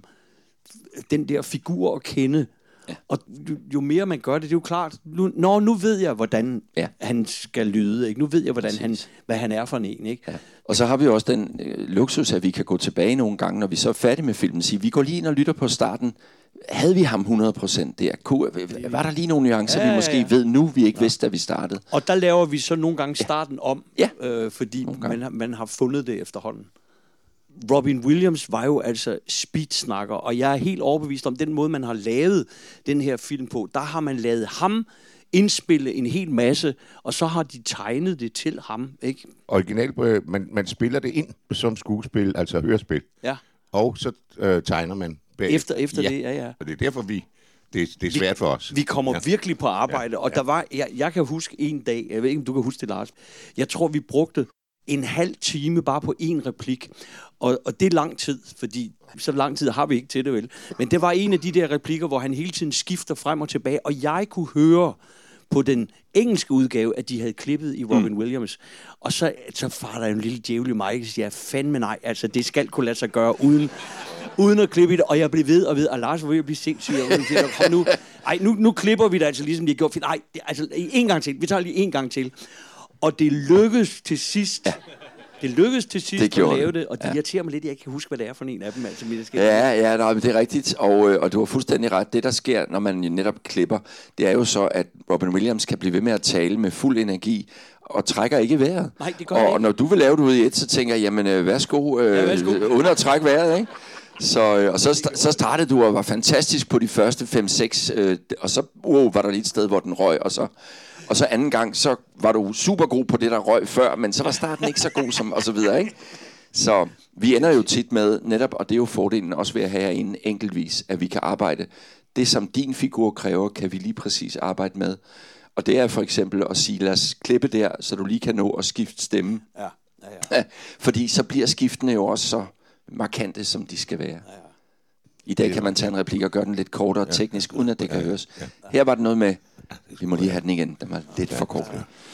den der figur at kende. Ja. Og jo, jo mere man gør det, det er jo klart, nu, nå, nu ved jeg, hvordan ja. han skal lyde. Ikke? Nu ved jeg, hvordan han, hvad han er for en, ikke? Ja. Og så har vi også den øh, luksus, at vi kan gå tilbage nogle gange, når vi så er færdige med filmen, og sige, vi går lige ind og lytter på starten. Havde vi ham hundrede procent der? Var der lige nogle nuancer, ja, vi måske ja, ja. ved nu, vi ikke ja. vidste, da vi startede? Og der laver vi så nogle gange starten om, ja. øh, fordi man, man har fundet det efterhånden. Robin Williams var jo altså speedsnakker, og jeg er helt overbevist om den måde, man har lavet den her film på. Der har man lavet ham indspille en hel masse, og så har de tegnet det til ham, ikke? Originalt, man, man spiller det ind som skuespil, altså hørespil, ja. og så øh, tegner man bagefter. Efter, efter ja. det, ja, ja. Og det er derfor, vi... Det, det er svært vi, for os. Vi kommer ja. virkelig på arbejde, ja. og der var... Jeg, jeg kan huske en dag, jeg ved ikke, om du kan huske det, Lars. Jeg tror, vi brugte en halv time bare på én replik. Og, og det er lang tid, fordi så lang tid har vi ikke til det, vel? Men det var en af de der replikker, hvor han hele tiden skifter frem og tilbage, og jeg kunne høre på den engelske udgave, at de havde klippet i Robin mm. Williams. Og så, så far der en lille djævel i mig, og siger, fandme nej, altså det skal kunne lade sig gøre uden... uden at klippe i det, og jeg blev ved og ved, og Lars var ved at blive sindssyg, og jeg kom nu, ej, nu, nu klipper vi det altså ligesom, de har gjort. Nej, altså en gang til. Vi tager lige en gang til. Og det lykkedes til sidst. Ja. Det lykkedes til sidst det at lave det, og det ja. irriterer mig lidt, jeg ikke kan huske, hvad det er for en af dem. Altså, ja, ja, nej, men det er rigtigt, og, øh, og du har fuldstændig ret. Det, der sker, når man netop klipper, det er jo så, at Robin Williams kan blive ved med at tale med fuld energi, og trækker ikke vejret. Nej, det gør og, ikke. og når du vil lave det ude i et, så tænker jeg, jamen øh, værsgo, øh, ja, værsgo. uden at trække vejret, ikke? Så, øh, og så, st- så startede du og var fantastisk på de første fem seks, øh, og så uh, var der lige et sted, hvor den røg, og så... Og så anden gang, så var du super god på det, der røg før, men så var starten ikke så god som, og så videre, ikke? Så vi ender jo tit med netop, og det er jo fordelen også ved at have en enkeltvis, at vi kan arbejde. Det, som din figur kræver, kan vi lige præcis arbejde med. Og det er for eksempel at sige, lad os klippe der, så du lige kan nå at skifte stemme. Ja, ja, ja. Fordi så bliver skiftene jo også så markante, som de skal være. Ja, ja. I dag kan man tage en replik og gøre den lidt kortere ja. teknisk, uden at det kan høres. Her var det noget med, vi må lige have den igen, den var lidt for kort.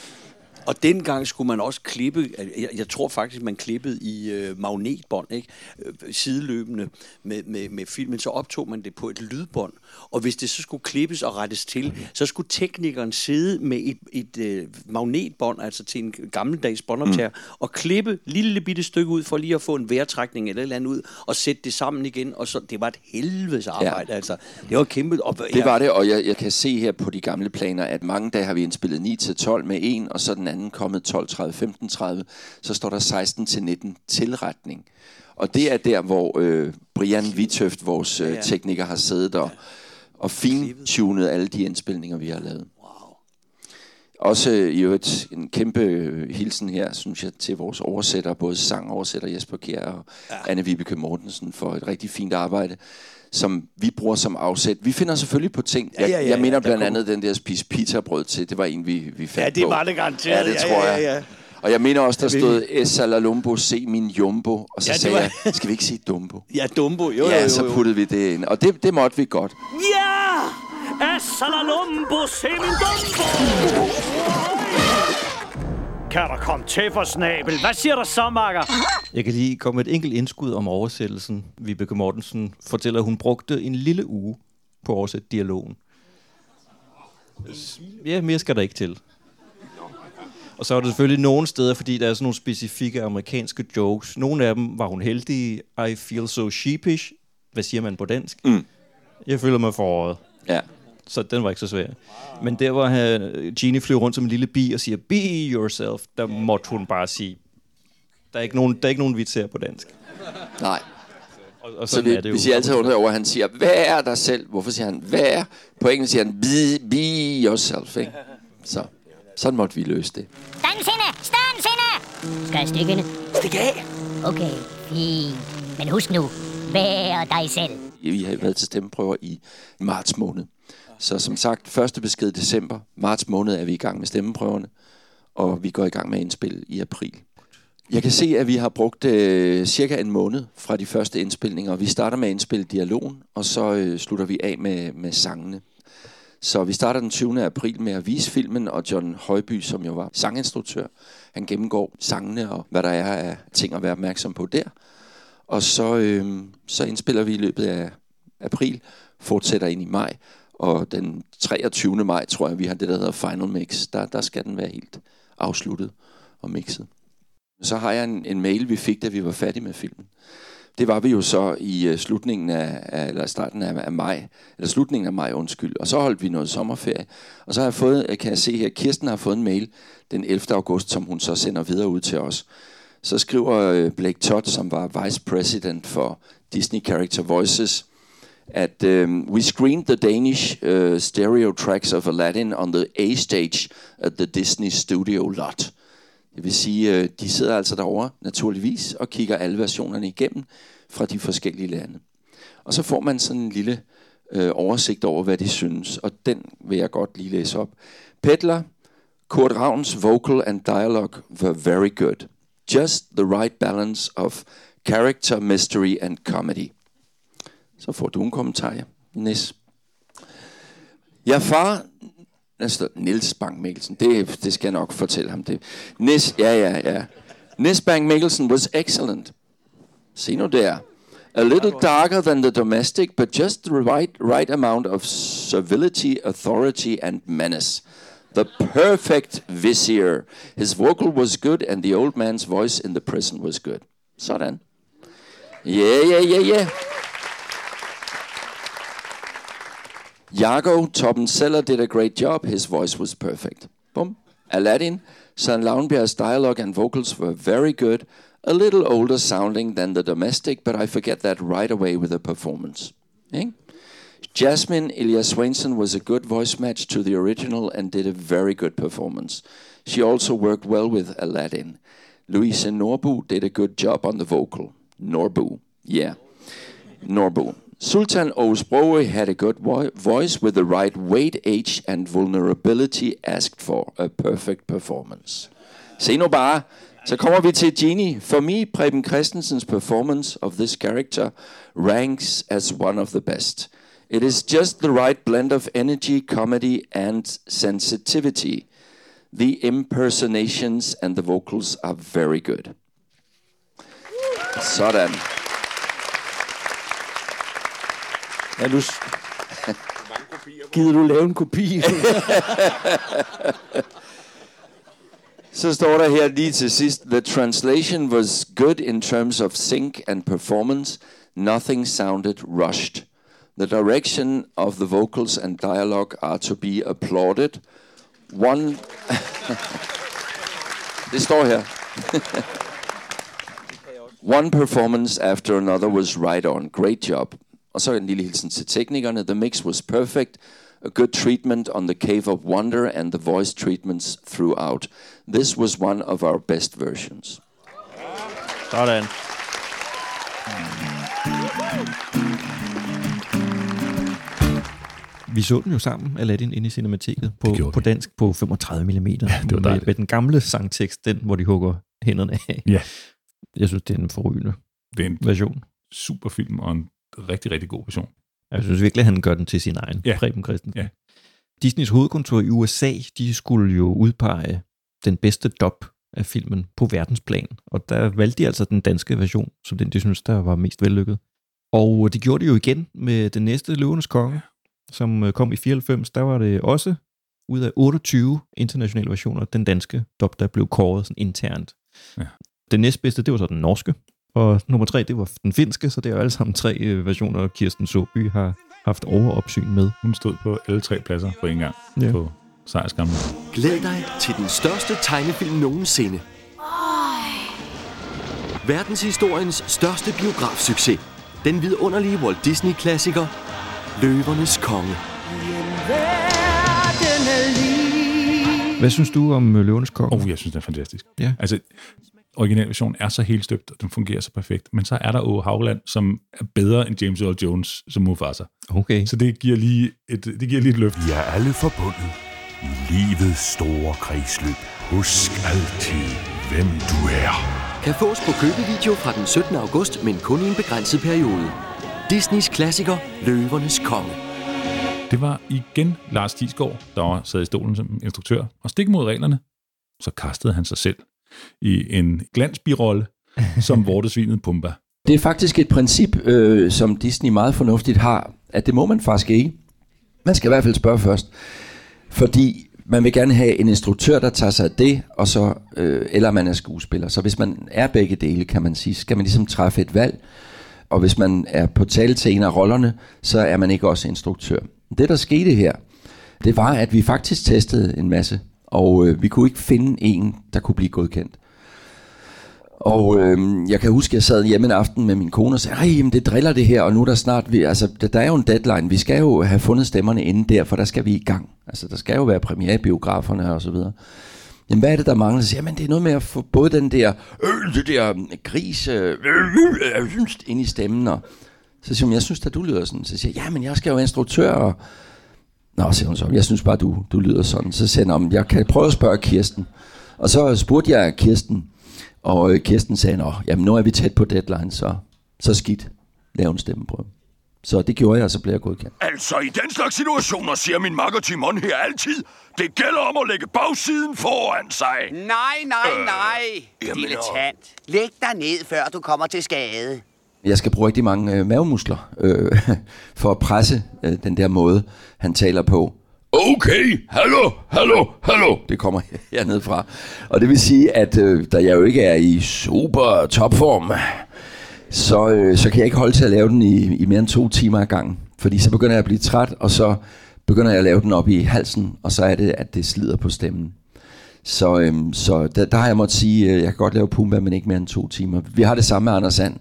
Og dengang skulle man også klippe, jeg, jeg tror faktisk, man klippede i øh, magnetbånd, ikke? Øh, sideløbende med, med, med filmen, så optog man det på et lydbånd. Og hvis det så skulle klippes og rettes til, så skulle teknikeren sidde med et, et øh, magnetbånd, altså til en gammeldags båndoptager, mm. og klippe lille bitte stykke ud, for lige at få en vejrtrækning eller et eller andet ud, og sætte det sammen igen. Og så, det var et helvedes arbejde, ja. altså. Det var kæmpe. Og, det var det, og jeg, jeg kan se her på de gamle planer, at mange dage har vi indspillet ni til tolv med en, og så den anden kommet tolv tredive, femten tredive, så står der seksten til nitten tilretning. Og det er der, hvor øh, Brian Vitøft, vores øh, tekniker, har siddet og, og fintunet alle de indspilninger, vi har lavet. Wow. Også øh, i øvrigt en kæmpe øh, hilsen her, synes jeg, til vores oversætter, både sangoversætter Jesper Kjær og ja. Anne-Vibeke Mortensen, for et rigtig fint arbejde, som vi bruger som afsæt. Vi finder selvfølgelig på ting. Jeg, ja, ja, ja, jeg mener blandt andet den der spise pizza-brød til. Det var en, vi, vi fandt på. Ja, det var det garanteret. Ja, det tror jeg. Ja, ja, ja. Og jeg mener også, der stod, Es salalumbo, se min jumbo. Og så ja, sagde var... jeg, skal vi ikke sige dumbo? Ja, dumbo. Jo, jo, jo, jo. Ja, så puttede vi det ind. Og det, det måtte vi godt. Ja! Es salalumbo, se min dumbo! Kan der komme til for snabel? Hvad siger du så, makker? Jeg kan lige komme med et enkelt indskud om oversættelsen. Vibeke Mortensen fortæller, at hun brugte en lille uge på at oversætte dialogen. Ja, mere skal der ikke til. Og så er der selvfølgelig nogle steder, fordi der er sådan nogle specifikke amerikanske jokes. Nogle af dem var hun heldig. I feel so sheepish. Hvad siger man på dansk? Mm. Jeg føler mig foråret. Ja. Så den var ikke så svær. Men der var Genie flyver rundt som en lille bi og siger, be yourself. Der måtte hun bare sige, der er ikke nogen, der er ikke nogen vits her på dansk. Nej. Og, og så vi, er det jo. Vi siger altid undret over, at han siger, vær dig selv. Hvorfor siger han, vær? På engelsk siger han, be, be yourself. Ikke? Så sådan måtte vi løse det. Standsinde! Standsinde! Skal jeg stikke hende? Stik af! Okay, fint. Men husk nu, vær dig selv. Vi har været til stemmeprøver i marts måned. Så som sagt, første besked december, marts måned er vi i gang med stemmeprøverne, og vi går i gang med indspil i april. Jeg kan se, at vi har brugt øh, cirka en måned fra de første indspilninger. Vi starter med at indspille dialogen, og så øh, slutter vi af med, med sangene. Så vi starter den tyvende april med at vise filmen, og John Højby, som jo var sanginstruktør, han gennemgår sangene og hvad der er af ting at være opmærksom på der. Og så, øh, så indspiller vi i løbet af april, fortsætter ind i maj, og den treogtyvende maj, tror jeg, vi har det, der hedder Final Mix. Der, der skal den være helt afsluttet og mixet. Så har jeg en, en mail, vi fik, da vi var færdige med filmen. Det var vi jo så i uh, slutningen af, af, eller starten af, af maj, eller slutningen af maj, undskyld. Og så holdt vi noget sommerferie. Og så har jeg fået, kan jeg se her, Kirsten har fået en mail den ellevte august, som hun så sender videre ud til os. Så skriver uh, Blake Todd, som var vice president for Disney Character Voices, at um, we screened the Danish uh, stereo tracks of Aladdin on the A stage at the Disney Studio lot. Det vil sige, uh, de sidder altså derovre naturligvis og kigger alle versionerne igennem fra de forskellige lande. Og så får man sådan en lille uh, oversigt over, hvad de synes, og den vil jeg godt lige læse op. Pedler, Kurt Ravns vocal and dialogue were very good. Just the right balance of character, mystery and comedy. Så får du en kommentar, ja. Nis. Ja, far... Niels Bang Mikkelsen. Det, det skal jeg nok fortælle ham. Det. Nis, ja, ja, ja. Nis Bang Mikkelsen was excellent. Se nu der. A little darker than the domestic, but just the right, right amount of servility, authority, and menace. The perfect vizier. His vocal was good, and the old man's voice in the prison was good. Sådan. Yeah, yeah, yeah, yeah. Iago, Torben Zeller did a great job. His voice was perfect. Boom. Aladdin, Søren Lauenbjerg's dialogue and vocals were very good. A little older sounding than the domestic, but I forget that right away with the performance. Okay? Jasmine Ilya Swainson was a good voice match to the original and did a very good performance. She also worked well with Aladdin. Louise Norbu did a good job on the vocal. Norbu, yeah. Norbu. Sultan Oosbroe had a good vo- voice with the right weight, age and vulnerability asked for. A perfect performance. Se nu bare, så kommer vi til Genie. For me, Preben Christensens performance of this character ranks as one of the best. It is just the right blend of energy, comedy and sensitivity. The impersonations and the vocals are very good. Sådan. Ja, nu... Gider du lave en kopi? Så står der her lige til sidst, the translation was good in terms of sync and performance. Nothing sounded rushed. The direction of the vocals and dialogue are to be applauded. One... det står her. One performance after another was right on. Great job. Og så en lille hilsen til teknikerne. The mix was perfect. A good treatment on the Cave of Wonder and the voice treatments throughout. This was one of our best versions. Sådan. Vi så den jo sammen, Aladdin, inde i cinemateket på, på dansk på femogtredive millimeter. Ja, det var med, med den gamle sangtekst, den hvor de hugger hænderne af. Ja. Jeg synes, det er en forrygende det er en version. Super film og en rigtig, rigtig god version. Jeg synes virkelig, at han gør den til sin egen, ja. Preben Christensen. Ja. Disneys hovedkontor i U S A, de skulle jo udpege den bedste dub af filmen på verdensplan, og der valgte de altså den danske version, som den, de synes, der var mest vellykket. Og det gjorde de jo igen med den næste Løvernes Konge, som kom i fireoghalvfems. Der var det også ud af otteogtyve internationale versioner, den danske dub, der blev kåret sådan internt. Ja. Den næstbedste, det var så den norske, og nummer tre, det var den finske, så det er jo alle sammen tre versioner, Kirsten Såby har haft overopsyn med. Hun stod på alle tre pladser på en gang, ja. På sejrskampen. Glæd dig til den største tegnefilm nogensinde. Verdenshistoriens største biografsucces. Den vidunderlige Walt Disney-klassiker, Løvernes Konge. Hvad synes du om Løvernes Konge? Oh, jeg synes, den er fantastisk. Ja. Altså, originalversionen er så helt støbt, og den fungerer så perfekt. Men så er der Åge Haugland, som er bedre end James Earl Jones som Mufasa. Okay. Så det giver lige et, det giver lige et løft. Vi er alle forbundet i livets store kredsløb. Husk altid, hvem du er. Kan fås på købevideo fra den syttende august, men kun i en begrænset periode. Disneys klassiker, Løvernes Konge. Det var igen Lars Thiesgaard, der sad i stolen som instruktør. Og stik mod reglerne, så kastede han sig selv i en glansbirolle som vortesvinet Pumba. Det er faktisk et princip, øh, som Disney meget fornuftigt har, at det må man faktisk ikke. Man skal i hvert fald spørge først. Fordi man vil gerne have en instruktør, der tager sig af det, og så, øh, eller man er skuespiller. Så hvis man er begge dele, kan man sige, skal man ligesom træffe et valg. Og hvis man er på tale til en af rollerne, så er man ikke også instruktør. Det, der skete her, det var, at vi faktisk testede en masse, og øh, vi kunne ikke finde en, der kunne blive godkendt. Og øh, jeg kan huske, at jeg sad hjemme en aften med min kone og sagde, ej, jamen det driller det her, og nu er der snart, vi, altså der er jo en deadline, vi skal jo have fundet stemmerne inden der, for der skal vi i gang. Altså der skal jo være premiere i biograferne og så videre. Jamen hvad er det, der mangler? Så siger jeg, men det er noget med at få både den der, øh, det der gris, øh, øh, øh, ind i stemmen, og så siger hun, jeg synes da, du lyder sådan. Så siger jeg, ja, men jeg skal jo være instruktør, og nå, siger hun så, jeg synes bare, du, du lyder sådan. Så siger hun, jeg kan prøve at spørge Kirsten. Og så spurgte jeg Kirsten, og Kirsten sagde, nå, jamen nu er vi tæt på deadline, så, så skidt, lav en stemmeprøve. Så det gjorde jeg, og så blev jeg godkendt. Altså, i den slags situationer siger min makker Timon her altid, det gælder om at lægge bagsiden foran sig. Nej, nej, nej. Øh, Dilettant. Læg dig ned, før du kommer til skade. Jeg skal bruge rigtig mange øh, mavemuskler øh, for at presse øh, den der måde, han taler på. Okay, hallo, hallo, hallo. Det kommer hernede fra. Og det vil sige, at øh, da jeg jo ikke er i super topform, så, øh, så kan jeg ikke holde til at lave den i, i mere end to timer ad gangen. Fordi så begynder jeg at blive træt, og så begynder jeg at lave den op i halsen, og så er det, at det slider på stemmen. Så, øhm, så der, der har jeg måttet sige, at jeg kan godt lave Pumba, men ikke mere end to timer. Vi har det samme med Anders And,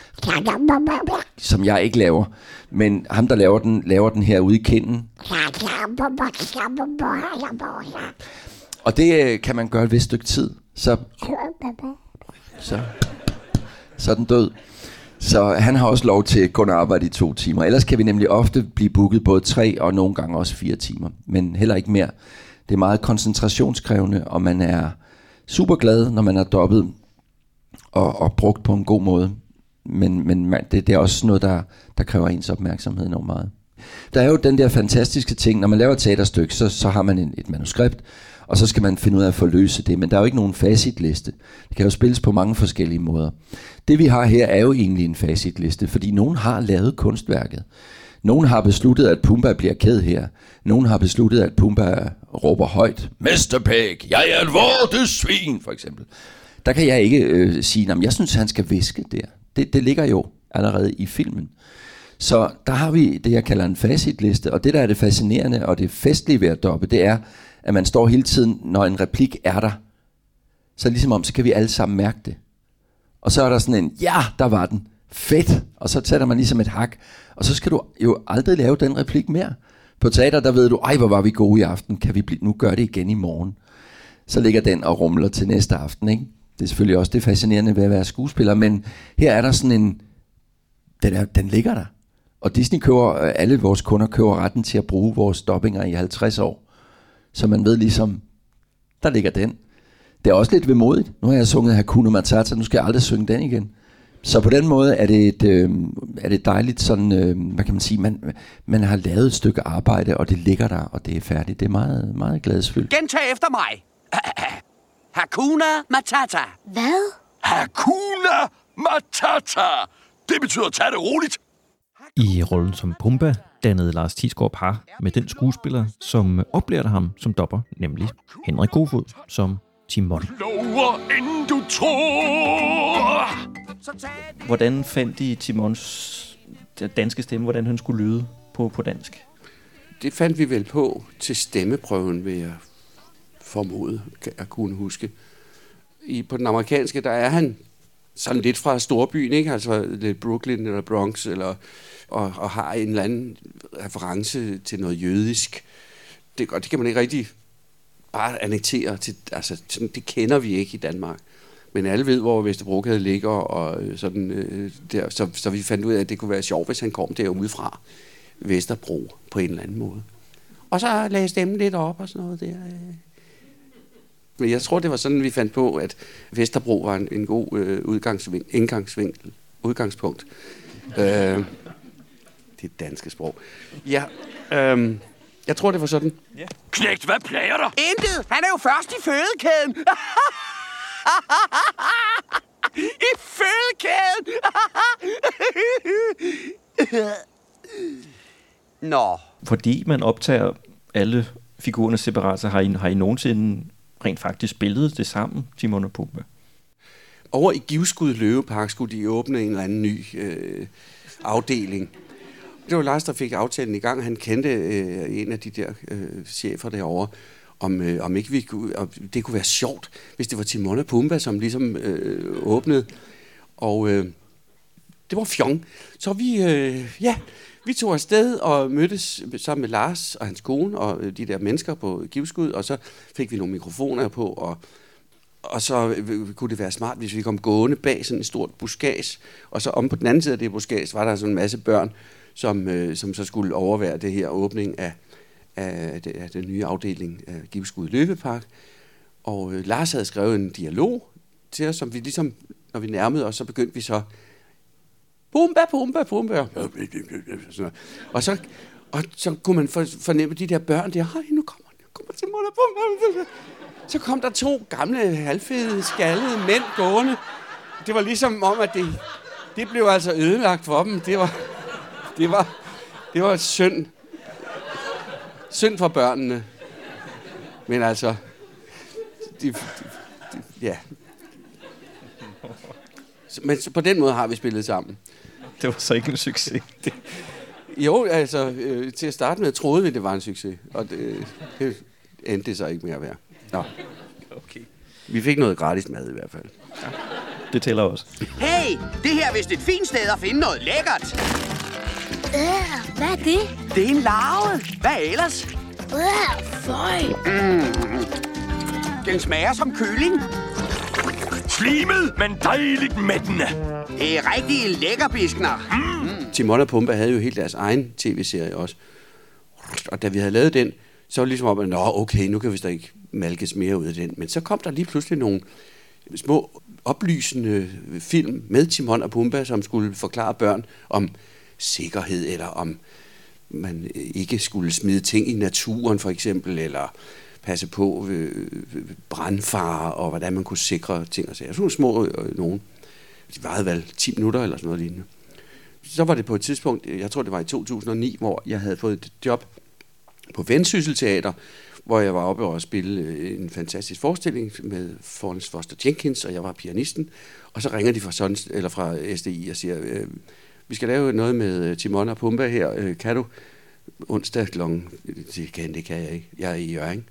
som jeg ikke laver. Men ham, der laver den, laver den her ude i kinden. Og det øh, kan man gøre et vist stykke tid. Så, så, så er den død. Så han har også lov til kun at arbejde i to timer. Ellers kan vi nemlig ofte blive booket både tre og nogle gange også fire timer. Men heller ikke mere. Det er meget koncentrationskrævende, og man er super glad, når man er dobbet og, og brugt på en god måde. Men, men man, det, det er også noget, der, der kræver ens opmærksomhed enormt meget. Der er jo den der fantastiske ting, når man laver et teaterstykke, så, så har man en, et manuskript, og så skal man finde ud af at forløse det. Men der er jo ikke nogen facitliste. Det kan jo spilles på mange forskellige måder. Det vi har her er jo egentlig en facitliste, fordi nogen har lavet kunstværket. Nogen har besluttet, at Pumba bliver ked her. Nogen har besluttet, at Pumba råber højt. Mister Pig, jeg er et vortes svin, for eksempel. Der kan jeg ikke øh, sige, at jeg synes, han skal viske der. Det, det ligger jo allerede i filmen. Så der har vi det, jeg kalder en facitliste. Og det, der er det fascinerende og det festlige ved at doppe, det er, at man står hele tiden, når en replik er der. Så ligesom om, så kan vi alle sammen mærke det. Og så er der sådan en, ja, der var den. Fedt. Og så sætter man ligesom et hak. Og så skal du jo aldrig lave den replik mere. På teater, der ved du, ej, hvor var vi gode i aften. Kan vi blive, nu gøre det igen i morgen. Så ligger den og rumler til næste aften, ikke? Det er selvfølgelig også det fascinerende ved at være skuespiller, men her er der sådan en, den, er, den ligger der. Og Disney køber, alle vores kunder køber retten til at bruge vores dobbinger i halvtreds år. Så man ved ligesom, der ligger den. Det er også lidt vemodigt. Nu har jeg sunget Hakuna Matata, nu skal jeg aldrig synge den igen. Så på den måde er det et, øh, er det dejligt sådan, øh, hvad kan man sige, man, man har lavet et stykke arbejde, og det ligger der, og det er færdigt. Det er meget, meget glædesfyldt. Gentag efter mig. Hakuna Matata. Hvad? Hakuna Matata. Det betyder tag det roligt. I rollen som Pumba dannede Lars Thiesgaard par med den skuespiller, som oplærte ham som dopper, nemlig Henrik Kofod som Timon. Lover end du tror. Hvordan fandt I Timons danske stemme, hvordan han skulle lyde på, på dansk? Det fandt vi vel på til stemmeprøven, vil jeg formode at kunne huske. I, på den amerikanske, der er han sådan lidt fra storbyen, ikke? Altså lidt Brooklyn eller Bronx, eller, og, og har en eller anden reference til noget jødisk. Det, og det kan man ikke rigtig bare annektere til, altså sådan, det kender vi ikke i Danmark. Men alle ved, hvor Vesterbrogade ligger, og sådan øh, der, så, så vi fandt ud af, at det kunne være sjovt, hvis han kom derude fra Vesterbro på en eller anden måde. Og så lagde stemmen lidt op og sådan noget der. Men jeg tror, det var sådan, vi fandt på, at Vesterbro var en, en god øh, udgangsving, indgangsvinkel, udgangspunkt. øh, det danske sprog. Ja, øh, jeg tror, det var sådan. Ja. Knægt, hvad plager dig? Intet! Han er jo først i fødekæden! I fødekæden! Nå. Fordi man optager alle figurerne separat, så har I, har I nogensinde rent faktisk spillet det sammen, Timon og Pumba? Over i Givskud Løvepark skulle de åbne en eller anden ny øh, afdeling. Det var Lars, der fik aftalen i gang. Han kendte øh, en af de der øh, chefer derovre, om, øh, om ikke vi kunne, om det kunne være sjovt, hvis det var Timon og Pumba, som ligesom øh, åbnede. Og øh, det var fjong. Så vi, øh, ja, vi tog afsted og mødtes sammen med Lars og hans kone og de der mennesker på Givskud, og så fik vi nogle mikrofoner på, og, og så kunne det være smart, hvis vi kom gående bag sådan et stort buskage, og så om på den anden side af det buskage var der sådan en masse børn, som, øh, som så skulle overvære det her åbning af, af, det, af den nye afdeling af Givskud Løvepark. Og øh, Lars havde skrevet en dialog til os, som vi ligesom, når vi nærmede os, så begyndte vi så Pumba, Pumba, Pumba. Og så, og så kunne man fornemme de der børn der, hej, nu kommer, nu kommer Timon og Pumba. Så kom der to gamle, halvfede, skaldede mænd gående. Det var ligesom om, at det, det blev altså ødelagt for dem. Det var, det var, det var synd. Synd for børnene. Men altså, de, de, de, ja. Men på den måde har vi spillet sammen. Det var så ikke en succes. Det. Jo, altså, øh, til at starte med troede vi, det var en succes. Og det, det endte det så ikke mere at være. Nå. Okay. Vi fik noget gratis mad i hvert fald. Ja. Det tæller også. Hey, det her er vist et fint sted at finde noget lækkert. Øh, hvad er det? Det er en larve. Hvad ellers? Øh, føj. Mm. Den smager som kylling. Slimet, men dejligt mættende. Det er rigtig lækkerbiskner. Mm. Timon og Pumba havde jo helt deres egen tv-serie også. Og da vi havde lavet den, så var det ligesom om, at nå, okay, nu kan vi da ikke malkes mere ud af den. Men så kom der lige pludselig nogle små oplysende film med Timon og Pumba, som skulle forklare børn om sikkerhed, eller om man ikke skulle smide ting i naturen for eksempel, eller passe på ved brandfare, og hvordan man kunne sikre ting og sager. Sådan nogle små øh, nogen. De varede vel ti minutter eller sådan noget lignende. Så var det på et tidspunkt, jeg tror det var i to tusind og ni, hvor jeg havde fået et job på Vendsyssel Teater, hvor jeg var oppe og spille en fantastisk forestilling med Florence Foster Jenkins, og jeg var pianisten. Og så ringer de fra, sådan, eller fra S D I og siger, øh, vi skal lave noget med Timon og Pumba her. Øh, kan du onsdag klokken? Det kan, det kan jeg ikke. Jeg er i Hjørring.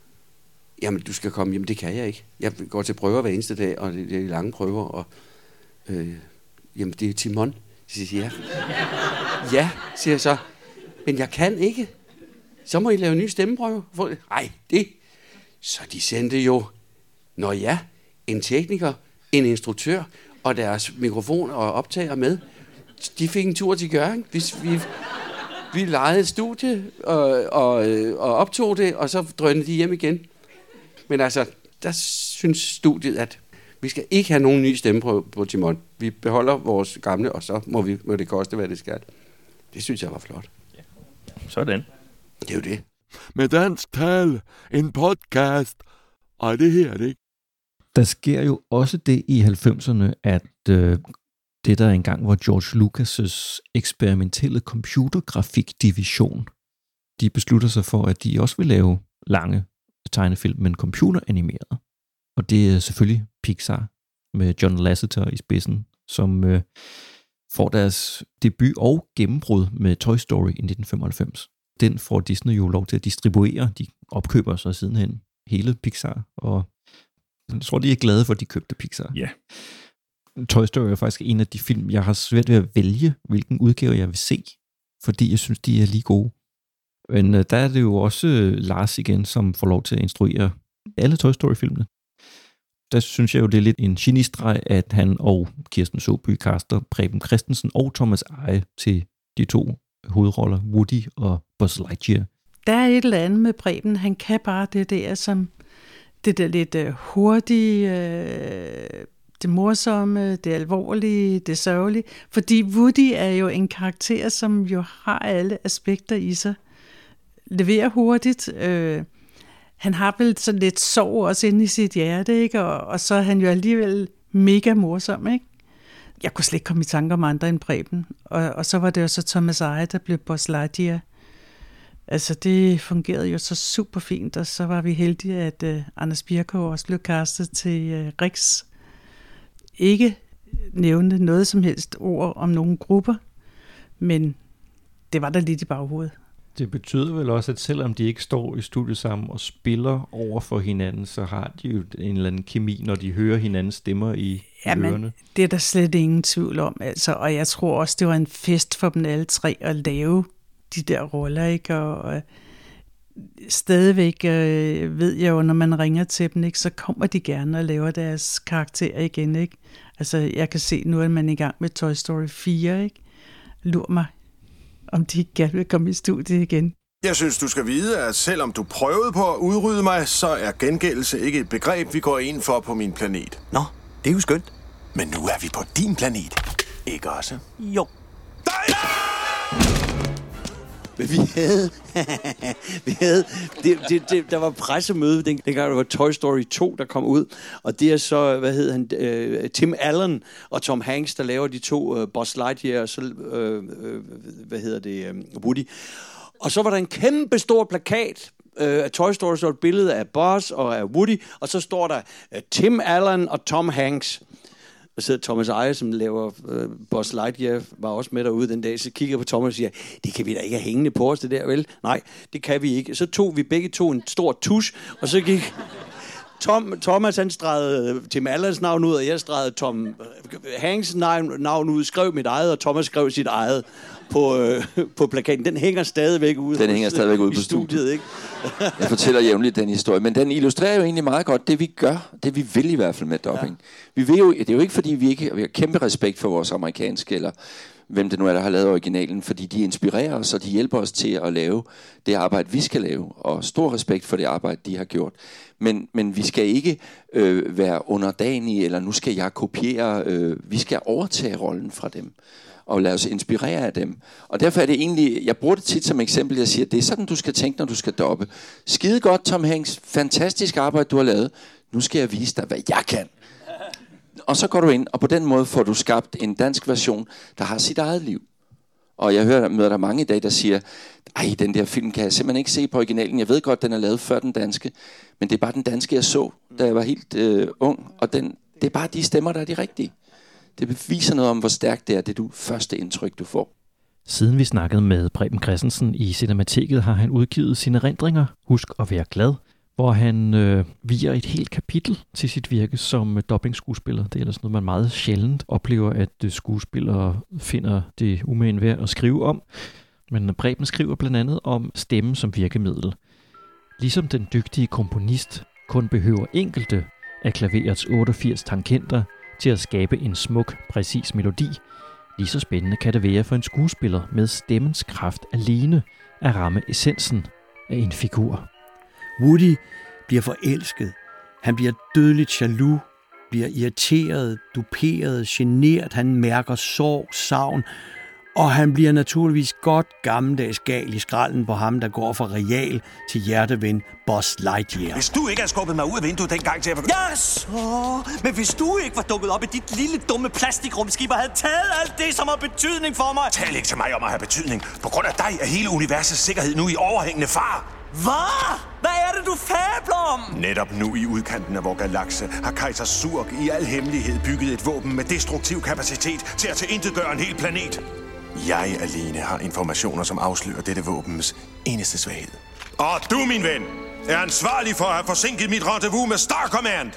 Jamen, du skal komme. Jamen, det kan jeg ikke. Jeg går til prøver hver eneste dag, og det, det er lange prøver. Og, øh, jamen, det er Timon. Så siger jeg, ja. Ja, siger jeg så. Men jeg kan ikke. Så må I lave en ny stemmeprøve. Nej, det. Så de sendte jo, nå ja, en tekniker, en instruktør og deres mikrofon og optager med. De fik en tur til Hjørring. Vi, vi, vi lejede et studie og, og, og optog det, og så drønede de hjem igen. Men altså, der synes studiet, at vi skal ikke have nogen ny stemmeprøve på Timon. Vi beholder vores gamle, og så må, vi, må det koste, hvad det skal. Det synes jeg var flot. Ja. Sådan. Det er jo det. Med dansk tal, en podcast. Ej, det her er det ikke. Der sker jo også det i halvfemserne, at øh, det der engang var George Lucas' eksperimentelle computergrafikdivision, de beslutter sig for, at de også vil lave lange tegnefilm, men computeranimeret. Og det er selvfølgelig Pixar med John Lasseter i spidsen, som øh, får deres debut og gennembrud med Toy Story i nitten femoghalvfems. Den får Disney jo lov til at distribuere. De opkøber så sidenhen hele Pixar, og jeg tror, de er glade for, at de købte Pixar. Ja. Toy Story er faktisk en af de film, jeg har svært ved at vælge, hvilken udgave jeg vil se, fordi jeg synes, de er lige gode. Men uh, der er det jo også uh, Lars igen, som får lov til at instruere alle Toy Story-filmene. Der synes jeg jo, det er lidt en genistreg, at han og Kirsten Såby kaster Preben Christensen og Thomas Eje til de to hovedroller, Woody og Buzz Lightyear. Der er et eller andet med Preben. Han kan bare det der, som det der lidt uh, hurtige, uh, det morsomme, det alvorlige, det sørgelige. Fordi Woody er jo en karakter, som jo har alle aspekter i sig. Leverer hurtigt. Øh, han har vel sådan lidt sorg også inde i sit hjerte, ikke? Og, og så er han jo alligevel mega morsom, ikke? Jeg kunne slet ikke komme i tanke om andre end Preben. Og, og så var det jo så Thomas Eje, der blev Buzz Lightyear. Altså, det fungerede jo så super fint, og så var vi heldige, at uh, Anders Birkow også blev castet til uh, Rex. Ikke nævnte noget som helst ord om nogle grupper, men det var der lidt i baghovedet. Det betyder vel også, at selvom de ikke står i studiet sammen og spiller over for hinanden, så har de jo en eller anden kemi, når de hører hinandens stemmer i Jamen, ørerne. Det er der slet ingen tvivl om, altså. Og jeg tror også, det var en fest for dem alle tre at lave de der roller, ikke? Og, og stadigvæk øh, ved jeg jo, når man ringer til dem, ikke, så kommer de gerne og laver deres karakterer igen, ikke? Altså, jeg kan se nu, at man er i gang med Toy Story fire, ikke? Lur mig, om de ikke gerne vil komme i studiet igen. Jeg synes, du skal vide, at selvom du prøvede på at udrydde mig, så er gengældelse ikke et begreb, vi går ind for på min planet. Nå, det er jo skønt. Men nu er vi på din planet, ikke også? Jo. Men vi havde... vi havde det, det, det, der var pressemøde, den, dengang der var Toy Story to, der kom ud. Og det er så, hvad hedder han, uh, Tim Allen og Tom Hanks, der laver de to uh, Buzz Lightyear og så, uh, uh, hvad hedder det, uh, Woody. Og så var der en kæmpe stor plakat af Toy Story, så et billede af Buzz og af Woody, og så står der uh, Tim Allen og Tom Hanks. Og så Thomas Eje, som laver uh, Buzz Lightyear, var også med derude den dag, så kigger jeg på Thomas og siger, det kan vi da ikke have hængende på os, det der, vel? Nej, det kan vi ikke. Så tog vi begge to en stor tusch, og så gik Tom, Thomas, han stregede Tim Allens navn ud, og jeg stregede Tom Hanks navn ud, skrev mit eget, og Thomas skrev sit eget på, øh, på plakaten. Den hænger stadigvæk ude. Den hænger stadigvæk ude på studiet, studiet, ikke? Jeg fortæller jævnligt den historie, men den illustrerer jo egentlig meget godt det, vi gør, det vi vil i hvert fald med dubbing. Ja. Vi vil jo, det er jo ikke, fordi vi ikke vi har kæmpe respekt for vores amerikanske, eller hvem det nu er, der har lavet originalen, fordi de inspirerer os, og de hjælper os til at lave det arbejde, vi skal lave, og stor respekt for det arbejde, de har gjort. Men, men vi skal ikke øh, være underdanige, eller nu skal jeg kopiere, øh, vi skal overtage rollen fra dem, og lade os inspirere af dem. Og derfor er det egentlig, jeg bruger det tit som eksempel, jeg siger, det er sådan, du skal tænke, når du skal dobbe. Skide godt, Tom Hanks, fantastisk arbejde, du har lavet. Nu skal jeg vise dig, hvad jeg kan. Og så går du ind, og på den måde får du skabt en dansk version, der har sit eget liv. Og jeg hører, møder der mange i dag, der siger, ej, den der film kan jeg simpelthen ikke se på originalen. Jeg ved godt, den er lavet før den danske, men det er bare den danske, jeg så, da jeg var helt øh, ung. Og den, det er bare de stemmer, der er de rigtige. Det viser noget om, hvor stærkt det er, det du første indtryk, du får. Siden vi snakkede med Preben Christensen i Cinemateket, har han udgivet sine erindringer, Husk at være glad, hvor han øh, viger et helt kapitel til sit virke som dubbing-skuespiller. Det er ellers noget, man meget sjældent oplever, at skuespillere finder det umagen værd at skrive om. Men Preben skriver blandt andet om stemme som virkemiddel. Ligesom den dygtige komponist kun behøver enkelte af klaverets otteogfirs tangenter til at skabe en smuk, præcis melodi, lige så spændende kan det være for en skuespiller med stemmens kraft alene at ramme essensen af en figur. Woody bliver forelsket. Han bliver dødeligt jaloux, bliver irriteret, duperet, genert. Han mærker sorg, savn, og han bliver naturligvis godt gammeldags gal i skralden på ham, der går fra real til hjerteven Buzz Lightyear. Hvis du ikke havde skubbet mig ud af vinduet dengang til at... Ja, så. Men hvis du ikke var dukket op i dit lille dumme plastikrumskib og havde taget alt det, som har betydning for mig... Tal ikke til mig om at have betydning. På grund af dig er hele universets sikkerhed nu i overhængende far. Hvad? Hvad er det, du fabler om? Netop nu i udkanten af vores galakse har Kejser Surg i al hemmelighed bygget et våben med destruktiv kapacitet til at tilintetgøre en hel planet. Jeg alene har informationer, som afslører dette våbens eneste svaghed. Og du, min ven, er ansvarlig for at have forsinket mit rendezvous med Star Command.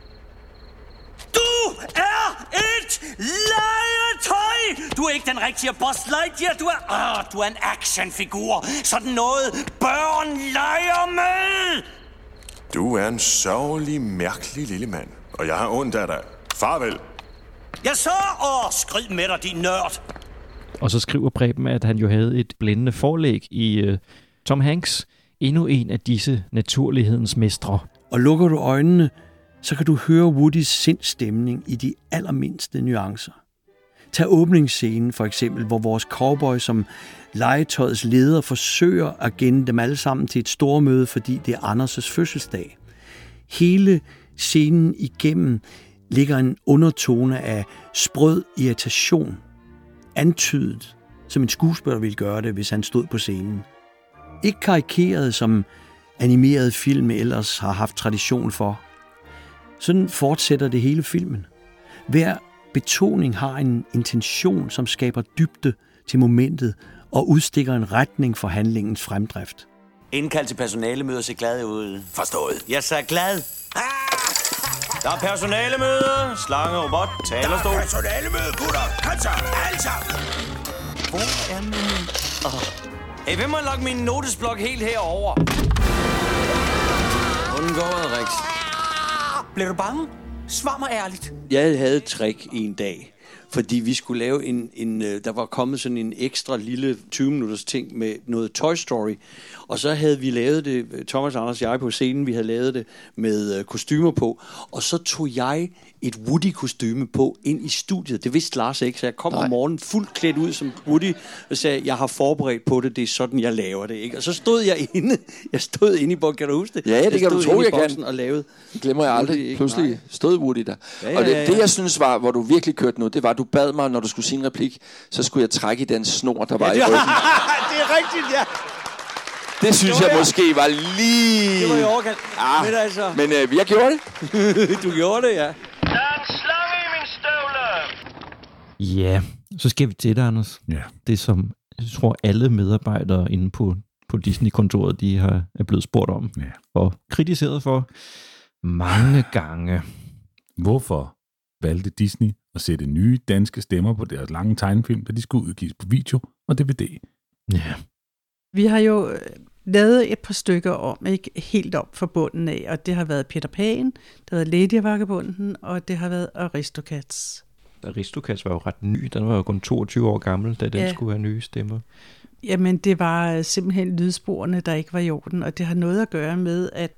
Du er et legetøj! Du er ikke den rigtige Buzz Lightyear. Du er, åh, du er en actionfigur. Sådan noget børn leger med. Du er en sørgelig, mærkelig lille mand, og jeg har ondt af dig. Farvel. Jeg så, åh, skrid med dig, din nørd. Og så skriver Preben, at han jo havde et blændende forlæg i uh, Tom Hanks. Endnu en af disse naturlighedens mestre. Og lukker du øjnene, så kan du høre Woodys sindstemning i de allermindste nuancer. Tag åbningsscenen for eksempel, hvor vores cowboy som legetøjets leder forsøger at genne dem alle sammen til et stormøde, fordi det er Anders' fødselsdag. Hele scenen igennem ligger en undertone af sprød irritation, antydet, som en skuespiller ville gøre det, hvis han stod på scenen. Ikke karikeret, som animerede film ellers har haft tradition for. Sådan fortsætter det hele filmen. Hver betoning har en intention, som skaber dybde til momentet og udstikker en retning for handlingens fremdrift. Indkald til personalemøde og se glad ud. Forstået. Jeg sagde glad. Der er personalemøde, slange, robot, talerstol. Der er personalemøde, gutter. Kom så, alle sammen. Hvor er min... Oh. Hey, hvem må logge min notesblok helt herover? Hvordan går det, Rex? Bliver du bange? Svar mig ærligt. Jeg havde et trick i en dag. fordi vi skulle lave en, en, der var kommet sådan en ekstra lille tyve minutters ting med noget Toy Story, og så havde vi lavet det, Thomas, Anders og jeg på scenen, vi havde lavet det med kostymer på, og så tog jeg et Woody-kostyme på ind i studiet. Det vidste Lars ikke, så jeg kom Nej. om morgenen fuldt klædt ud som Woody, og sagde, jeg har forberedt på det, det er sådan, jeg laver det. Ikke? Og så stod jeg inde, jeg stod inde i boksen, kan du huske det? Ja, ja, det jeg kan du tro, jeg kan. Og lavede det glemmer jeg aldrig. Woody, Pludselig Nej. stod Woody der. Ja, ja, og det, ja, ja. det, jeg synes var, hvor du virkelig kørte nu, det var, at du bad mig, når du skulle sige en replik, så skulle jeg trække i den snor, der var ja, i ryggen. Det er rigtigt, ja. Det synes det jeg måske var lige... Det var i overkant. Ah, men altså... men øh, jeg gjorde det. Du gjorde det, ja. Der er en slange i min støvle! Ja, så skal vi til det, Anders. Ja. Det, som jeg tror, alle medarbejdere inde på, på Disney-kontoret, de har, er blevet spurgt om ja. og kritiseret for mange gange. Hvorfor valgte Disney at sætte nye danske stemmer på deres lange tegnefilm, da de skulle udgives på video og D V D? Ja. Vi har jo lavet et par stykker om, ikke helt op for bunden af, og det har været Peter Pan, det har været Lady og Vagabunden, og det har været Aristocats. Aristocats var jo ret ny, den var jo kun toogtyve år gammel, da den ja. skulle have nye stemmer. Jamen, det var simpelthen lydsporene, der ikke var i orden, og det har noget at gøre med, at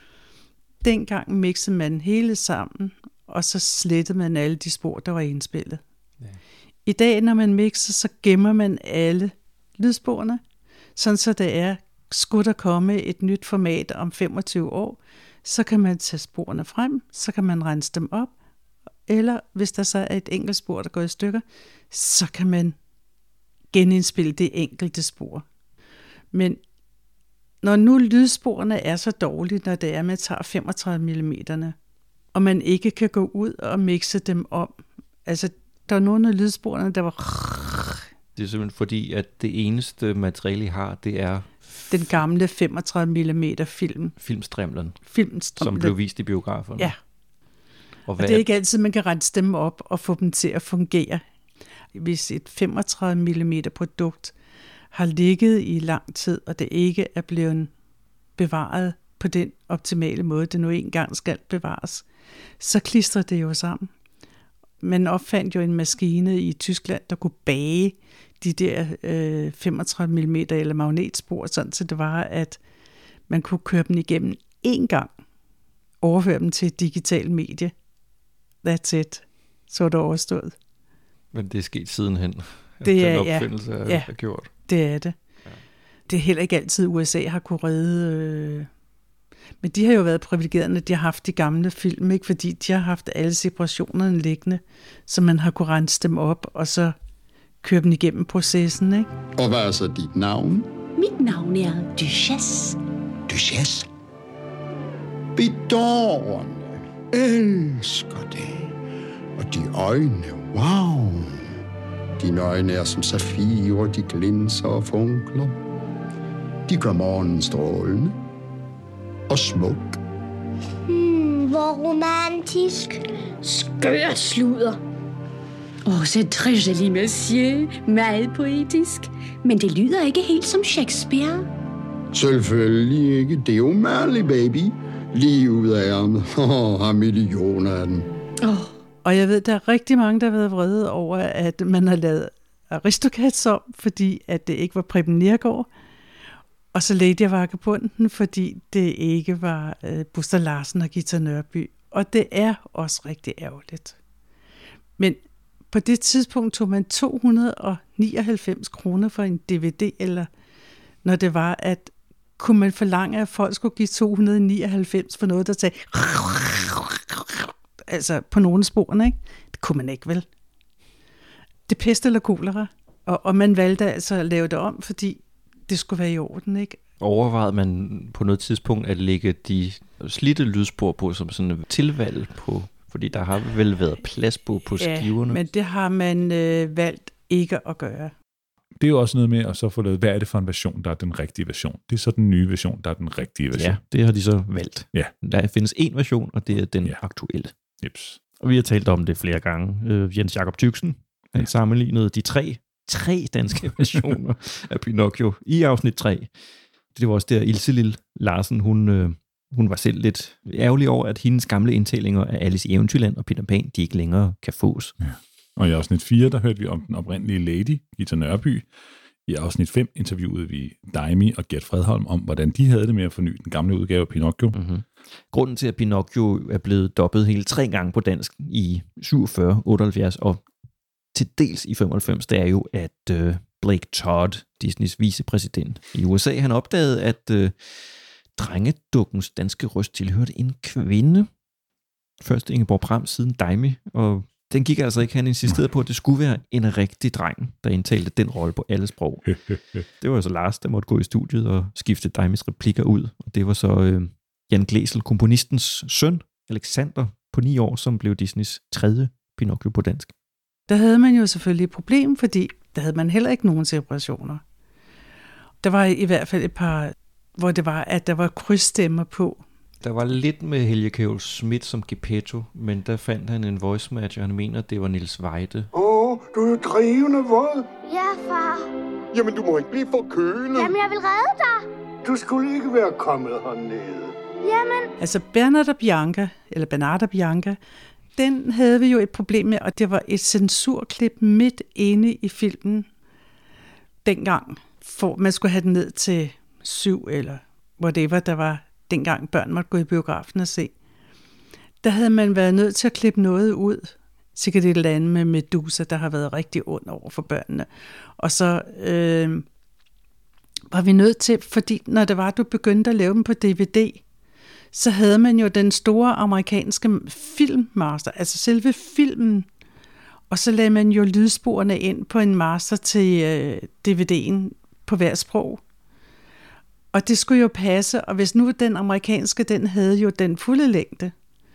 dengang mixede man hele sammen, og så slettede man alle de spor, der var indspillet. Ja. I dag, når man mixer, så gemmer man alle lydsporene, sådan så det er, skulle der komme et nyt format om femogtyve år, så kan man tage sporene frem, så kan man rense dem op, eller hvis der så er et enkelt spor, der går i stykker, så kan man genindspille det enkelte spor. Men når nu lydsporene er så dårlige, når det er, man tager femogtredive millimeter, og man ikke kan gå ud og mixe dem om, altså der er nogle af lydsporene, der var... Det er simpelthen fordi, at det eneste materiale, I har, det er... Den gamle femogtredive millimeter film. Filmstrimlen. Filmstrimlen. Som blev vist i biograferne. Ja. Og, og det er ikke altid, man kan rense dem op og få dem til at fungere. Hvis et femogtredive millimeter produkt har ligget i lang tid, og det ikke er blevet bevaret på den optimale måde, det nu engang skal bevares, så klistrer det jo sammen. Man opfandt jo en maskine i Tyskland, der kunne bage de der øh, femogtredive millimeter eller magnetspor, sådan så det var, at man kunne køre dem igennem én gang, overføre dem til et digitalt medie. That's it. Så er det overstået. Men det er sket sidenhen, at det er, den opfindelse ja, er, ja, er gjort. Det er det. Ja. Det er heller ikke altid, U S A har kunne redde... Øh... Men de har jo været privilegerede, når de har haft de gamle film, ikke? Fordi de har haft alle separationerne liggende, så man har kunne rense dem op, og så køre dem igennem processen, ikke? Og hvad er så dit navn? Mit navn er Duchesse. Duchesse? Bidårene elsker det. Og de øjne, wow. Dine øjne er som safirer, de glinser og funkler. De gør morgenen strålende og smuk. Hmm, hvor romantisk. Skørt sludder. Åh, oh, c'est très joli, monsieur. Meget poetisk. Men det lyder ikke helt som Shakespeare. Selvfølgelig ikke. Det er jo Marley, baby. Lige ud af ærmet. Åh, har millioner af den. Oh. Og jeg ved, der er rigtig mange, der har været vrede over, at man har lavet Aristocats om, fordi at det ikke var Preben Neergaard. Og så Lady og Vagabunden, fordi det ikke var øh, Buster Larsen og Gita Nørby. Og det er også rigtig ærgerligt. Men på det tidspunkt tog man to hundrede og nioghalvfems kroner for en D V D, eller når det var, at kunne man forlange, at folk skulle give to hundrede og nioghalvfems for noget, der sagde altså på nogle sporene, ikke? Det kunne man ikke, vel? Det pest eller kolera. Og, og man valgte altså at lave det om, fordi det skulle være i orden, ikke? Overvejede man på noget tidspunkt at lægge de slidte lydspor på som sådan et tilvalg på, fordi der har vel været plads på på skiverne? Ja, men det har man øh, valgt ikke at gøre. Det er jo også noget med at så få lavet, hvad er det for en version, der er den rigtige version? Det er så den nye version, der er den rigtige version. Ja, det har de så valgt. Ja. Der findes én version, og det er den ja. aktuelle. Jeps. Og vi har talt om det flere gange. Øh, Jens Jakob Tyksen, han ja. sammenlignede de tre, tre danske versioner af Pinocchio i afsnit tre. Det var også der, Ilse Lille Larsen, hun, øh, hun var selv lidt ærgerlig over, at hendes gamle indtællinger af Alice i Eventyrland og Peter Pan, de ikke længere kan fås. Ja. Og i afsnit fire, der hørte vi om den oprindelige lady, Gita Nørby. I afsnit fem interviewede vi Daimi og Gert Fredholm om, hvordan de havde det med at forny den gamle udgave af Pinocchio. Mm-hmm. Grunden til, at Pinocchio er blevet dobbet hele tre gange på dansk i syvogfyrre, otteoghalvfjerds og til dels i femoghalvfems, det er jo, at øh, Blake Todd, Disneys vicepræsident i U S A, han opdagede, at øh, drengedukkens danske røst tilhørte en kvinde. Først Ingeborg Pram, siden Daimi, og den gik altså ikke. Han insisterede på, at det skulle være en rigtig dreng, der indtalte den rolle på alle sprog. Det var så Lars, der måtte gå i studiet og skifte Daimis replikker ud. Og det var så øh, Jan Glæsel, komponistens søn, Alexander, på ni år, som blev Disneys tredje Pinocchio på dansk. Der havde man jo selvfølgelig et problem, fordi der havde man heller ikke nogen separationer. Der var i hvert fald et par, hvor det var, at der var krydsstemmer på. Der var lidt med Helge Kjævel Schmidt som Geppetto, men der fandt han en voice match, og han mener, det var Niels Weide. Åh, oh, du er jo drivende våd. Ja, far. Jamen, du må ikke blive for kølet. Jamen, jeg vil redde dig. Du skulle ikke være kommet hernede. Jamen. Altså, Bernard og Bianca, eller Bernard og Bianca, den havde vi jo et problem med, og det var et censurklip midt inde i filmen dengang, for man skulle have den ned til syv, eller whatever, der var dengang børn måtte gå i biografen og se. Der havde man været nødt til at klippe noget ud. Sikkert et eller andet med Medusa, der har været rigtig ond over for børnene. Og så øh, var vi nødt til, fordi når det var, du begyndte at lave dem på D V D, så havde man jo den store amerikanske filmmaster, altså selve filmen, og så lagde man jo lydsporene ind på en master til øh, D V D'en på hver sprog. Og det skulle jo passe, og hvis nu den amerikanske, den havde jo den fulde længde,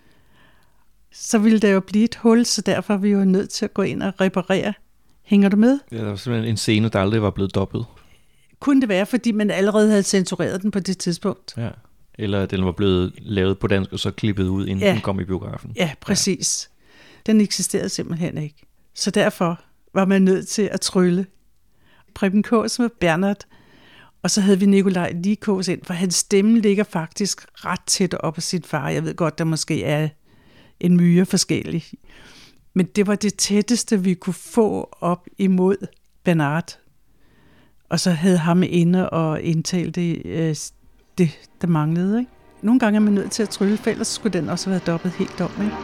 så ville der jo blive et hul, så derfor er vi jo nødt til at gå ind og reparere. Hænger du med? Ja, der var simpelthen en scene, der aldrig var blevet dobbet. Kunne det være, fordi man allerede havde censureret den på det tidspunkt? Ja, eller den var blevet lavet på dansk, og så klippet ud, inden ja. den kom i biografen. Ja, præcis. Ja. Den eksisterede simpelthen ikke. Så derfor var man nødt til at trylle. Preben Kaas med Bernard, og så havde vi Nikolaj Likås ind, for hans stemme ligger faktisk ret tæt op af sin far. Jeg ved godt, der måske er en myre forskellig. Men det var det tætteste, vi kunne få op imod Bernard. Og så havde ham inde og indtale det, øh, det, der manglede. Ikke? Nogle gange er man nødt til at trylle, for ellers skulle den også have været dobbelt helt om. Ikke?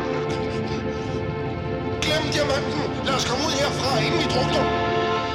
Glem diamanten! Lad os komme ud herfra, inden vi drukner!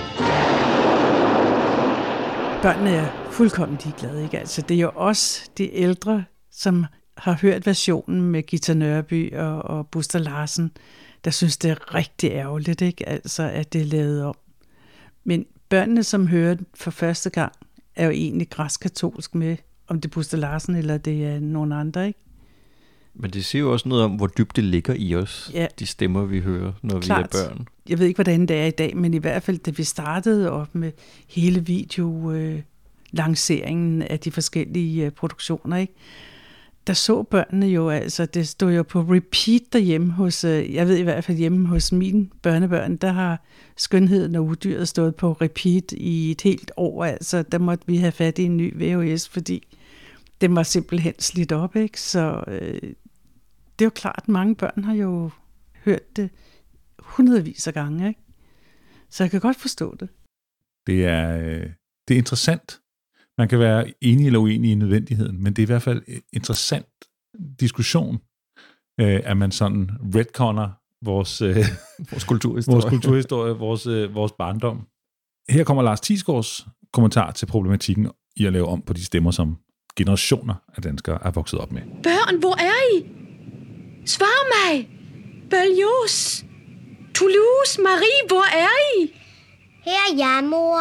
Børnene er fuldkommen ligeglade, ikke? Altså, det er jo også de ældre, som har hørt versionen med Gita Nørby og, og Buster Larsen, der synes, det er rigtig ærgerligt, ikke? Altså, at det er lavet om. Men børnene, som hører det for første gang, er jo egentlig græskatolsk med, om det er Buster Larsen, eller det er nogen andre, ikke? Men det siger jo også noget om, hvor dybt det ligger i os, ja. De stemmer, vi hører, når Klart. Vi er børn. Jeg ved ikke, hvordan det er i dag, men i hvert fald, da vi startede op med hele video-lanceringen af de forskellige produktioner, ikke? Der så børnene jo, altså, det stod jo på repeat derhjemme hos, jeg ved i hvert fald hjemme hos mine børnebørn, der har Skønheden og Udyret stået på repeat i et helt år, altså, der måtte vi have fat i en ny V H S, fordi den var simpelthen slidt op, ikke? Så øh, det er jo klart, at mange børn har jo hørt det hundredvis af gange, ikke? Så jeg kan godt forstå det. Det er, øh, det er interessant. Man kan være enig eller uenig i nødvendigheden, men det er i hvert fald en interessant diskussion, øh, at man sådan retconner vores, øh, vores kulturhistorie, vores, kulturhistorie vores, øh, vores barndom. Her kommer Lars Thiesgaards kommentar til problematikken i at lave om på de stemmer, som generationer af danskere er vokset op med. Børn, hvor er I? Svar mig! Berlioz! Toulouse! Marie, hvor er I? Her er jeg, mor.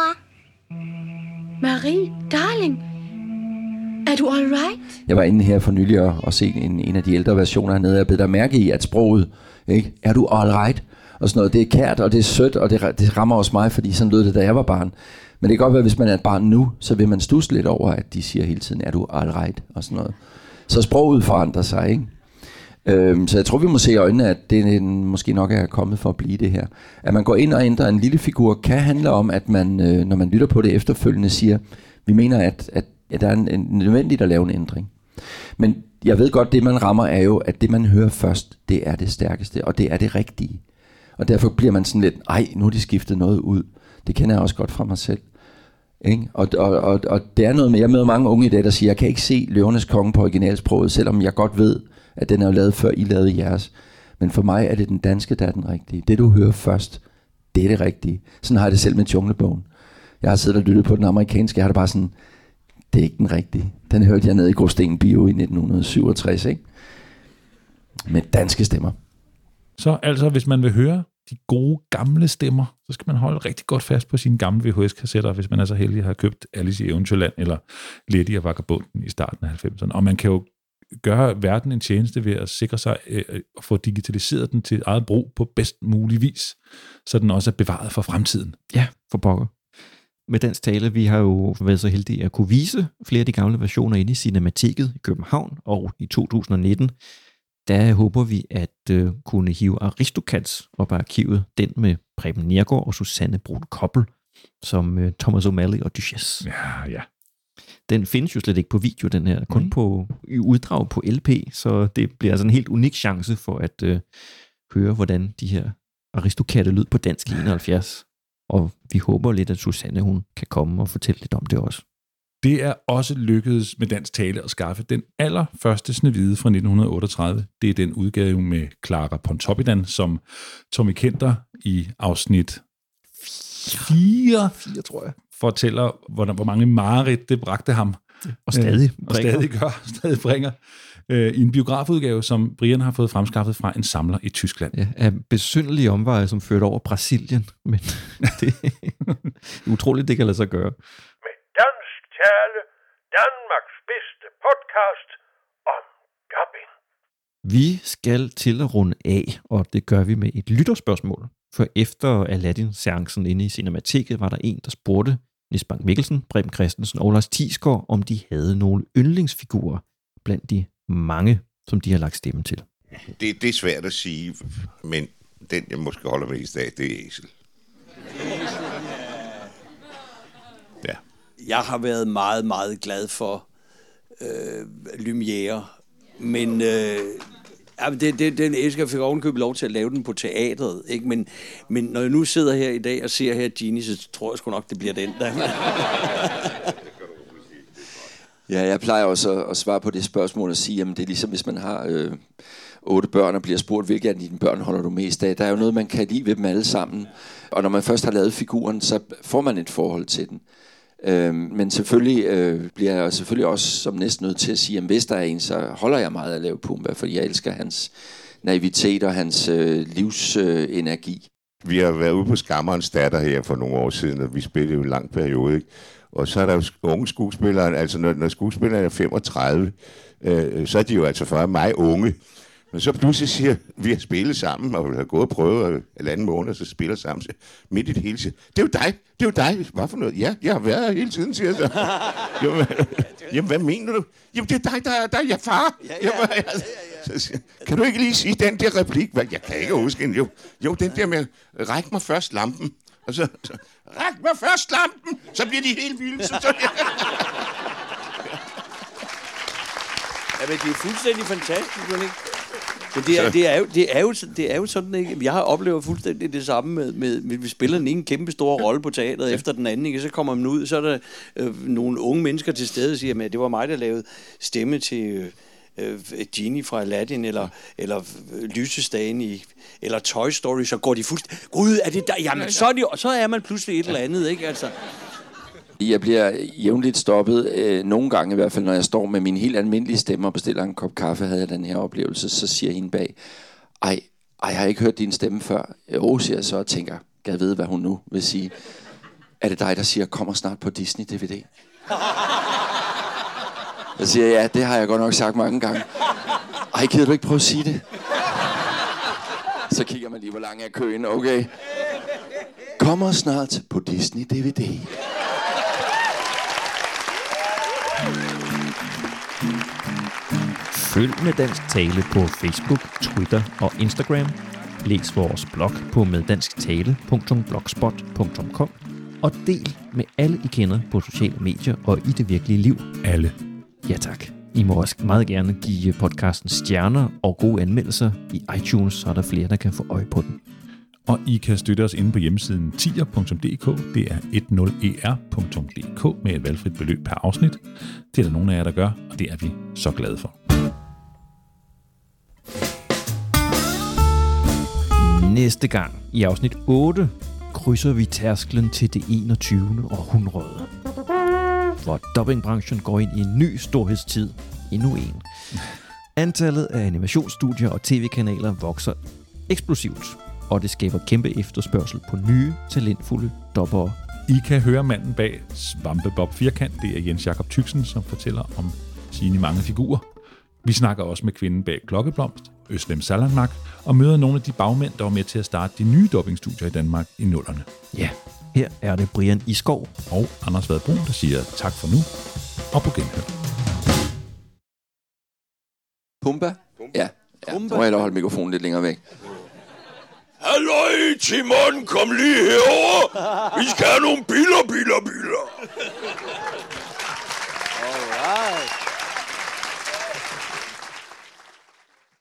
Marie, darling. Er du all right? Jeg var inde her for nylig og, og se en, en af de ældre versioner hernede, og jeg blev der mærke i, at sproget, ikke? Er du all right? Og sådan noget, det er kært, og det er sødt, og det, det rammer også mig, fordi sådan lød det, da jeg var barn. Men det kan godt være, hvis man er et barn nu, så vil man stusse lidt over, at de siger hele tiden, er du all right? Og sådan noget. Så sproget forandrer sig, ikke? Øhm, så jeg tror, vi må se i øjnene, at det måske nok er kommet for at blive det her. At man går ind og ændrer en lille figur, kan handle om, at man, øh, når man lytter på det efterfølgende, siger, vi mener, at, at, at der er en, en nødvendigt at lave en ændring. Men jeg ved godt, det man rammer er jo, at det man hører først, det er det stærkeste, og det er det rigtige. Og derfor bliver man sådan lidt, ej, nu er de skiftet noget ud. Det kender jeg også godt fra mig selv. Ikke? Og, og, og, og det er noget med, jeg møder mange unge i dag, der siger, jeg kan ikke se Løvernes Konge på originalsproget, selvom jeg godt ved, at den er jo lavet før I lavede jeres. Men for mig er det den danske, der er den rigtige. Det du hører først, det er det rigtige. Sådan har jeg det selv med Junglebogen. Jeg har siddet og lyttet på den amerikanske, jeg har det bare sådan, det er ikke den rigtige. Den hørte jeg nede i Gråsten Bio i nitten syvogtres, ikke? Med danske stemmer. Så altså, hvis man vil høre de gode gamle stemmer, så skal man holde rigtig godt fast på sine gamle V H S-kassetter, hvis man er så heldig at have købt Alice i Eventyrland eller Letty og Vagabunden i starten af halvfemserne. Og man kan jo gøre verden en tjeneste ved at sikre sig øh, at få digitaliseret den til eget brug på bedst mulig vis, så den også er bevaret for fremtiden. Ja, for pokker. Med Dansk Tale, vi har jo været så heldige at kunne vise flere af de gamle versioner inde i Cinemateket i København, og i to tusind nitten, der håber vi at øh, kunne hive Aristocats op af arkivet, den med Preben Neergaard og Susanne Brun Koppel, som øh, Thomas O'Malley og Duchess. Ja, ja. Den findes jo slet ikke på video, den her, kun mm. på i uddrag på L P, så det bliver altså en helt unik chance for at øh, høre, hvordan de her Aristokatte lyd på dansk i enoghalvfjerds. Og vi håber lidt, at Susanne hun kan komme og fortælle lidt om det også. Det er også lykkedes med Dansk Tale at skaffe den allerførste Snehvide fra nitten otteogtredive. Det er den udgave med Clara Pontoppidan, som Tommy Kenter i afsnit fire, fire tror jeg, fortæller, hvor, hvor mange mareridt det bragte ham. Og stadig øh, og stadig gør, stadig bringer. Øh, I en biografudgave, som Brian har fået fremskaffet fra en samler i Tyskland. Ja, af besynderlige omveje, som førte over Brasilien. Men det er utroligt, det kan lade sig gøre. Med Dansk Tale, Danmarks bedste podcast om dubbing. Vi skal til at runde af, og det gør vi med et lytterspørgsmål. For efter Aladdin-seancen inde i Cinemateket var der en, der spurgte Nis Bank Mikkelsen, Preben Christensen og Lars Thiesgaard, om de havde nogle yndlingsfigurer blandt de mange, som de har lagt stemme til. Det, det er svært at sige, men den, jeg måske holder mest af, det er Æsel. Ja. Jeg har været meget, meget glad for øh, Lumière, men øh, det, det, den elsker, jeg fik ovenkøbet lov til at lave den på teatret, ikke? Men, men når jeg nu sidder her i dag og ser her Genie, så tror jeg sgu nok, det bliver den der. Ja, jeg plejer også at, at svare på det spørgsmål og sige, at det er ligesom, hvis man har øh, otte børn og bliver spurgt, hvilke af dine børn holder du mest af. Der er jo noget, man kan lide ved dem alle sammen. Og når man først har lavet figuren, så får man et forhold til den. Øh, men selvfølgelig øh, bliver jeg selvfølgelig også som næsten nødt til at sige, at hvis der er en, så holder jeg meget af at lave Pumba, fordi jeg elsker hans naivitet og hans øh, livsenergi. Vi har været ude på Skammerens Datter her for nogle år siden, og vi spillede jo en lang periode, ikke? Og så er der jo unge skuespillere, altså når, når skuespillerne er femogtredive, øh, så er de jo altså for mig unge. Men så pludselig siger, vi har spillet sammen, og vi har gået og prøvet en anden måned, så spiller sammen. Så midt i det hele siger, det er jo dig, det er jo dig. Hvad for noget? Ja, jeg har været her hele tiden, siger jeg så. Jamen, jamen, hvad mener du? Jamen, det er dig, der er, der er jeg far. Ja, ja. Jamen, altså, så siger, kan du ikke lige sige den der replik? Jeg kan ikke huske den. Jo, jo, den der med, ræk mig først lampen. Og så, så ræk mig først lampen, så bliver de helt vilde. Så, så, ja. Ja, men det er fuldstændig fantastisk, ikke? Men det er, det, er jo, det, er jo, det er jo sådan, ikke? Jeg har oplevet fuldstændig det samme med, med, med vi spiller den ene kæmpe store rolle på teateret ja. Efter den anden, ikke? Så kommer man ud, så er der øh, nogle unge mennesker til stede og siger, at det var mig, der lavede stemme til øh, Genie fra Aladdin, eller, eller øh, Lysestagen i, eller Toy Story, så går de fuldstændig, gud, er det der? Jamen, så er, de, så er man pludselig et eller andet, ikke? Altså. Jeg bliver jævnligt stoppet, øh, nogle gange i hvert fald, når jeg står med min helt almindelige stemme og bestiller en kop kaffe, havde jeg den her oplevelse, så siger hende bag, ej, ej, jeg har ikke hørt din stemme før. Jo, siger jeg så og tænker, gad vide, hvad hun nu vil sige. Er det dig, der siger, kommer snart på Disney D V D? Jeg siger, ja, det har jeg godt nok sagt mange gange. Ej, gider du ikke prøve at sige det? Så kigger man lige, hvor lang er køen, okay. Kommer snart på Disney D V D. Følg med Dansk Tale på Facebook, Twitter og Instagram. Læs vores blog på meddansktale punktum blogspot punktum com og del med alle I kender på sociale medier og i det virkelige liv. Alle. Ja tak. I må også meget gerne give podcasten stjerner og gode anmeldelser i iTunes, så er der flere, der kan få øje på den. Og I kan støtte os inde på hjemmesiden tier punktum d k. Det er ti er punktum d k med et valgfrit beløb per afsnit. Det er der nogle af jer, der gør, og det er vi så glade for. Næste gang i afsnit otte krydser vi tærsklen til det enogtyvende århundrede, hvor dubbingbranchen går ind i en ny storhedstid. Endnu en. Antallet af animationsstudier og tv-kanaler vokser eksplosivt, og det skaber kæmpe efterspørgsel på nye, talentfulde dobbere. I kan høre manden bag Svampebob Firkant. Det er Jens Jakob Tyksen, som fortæller om sine mange figurer. Vi snakker også med kvinden bag Klokkeblomst, Özlem Salanmak, og møder nogle af de bagmænd, der var med til at starte de nye dubbingstudier i Danmark i nullerne. Ja, her er det Brian Iskov og Anders Vadbrun, der siger tak for nu, og på genhør. Pumba? Ja, ja. Nu må jeg da holde mikrofonen lidt længere væk. Halløj, Timon, kom lige herover. Vi skal have nogle biler, biler, biler. Alright.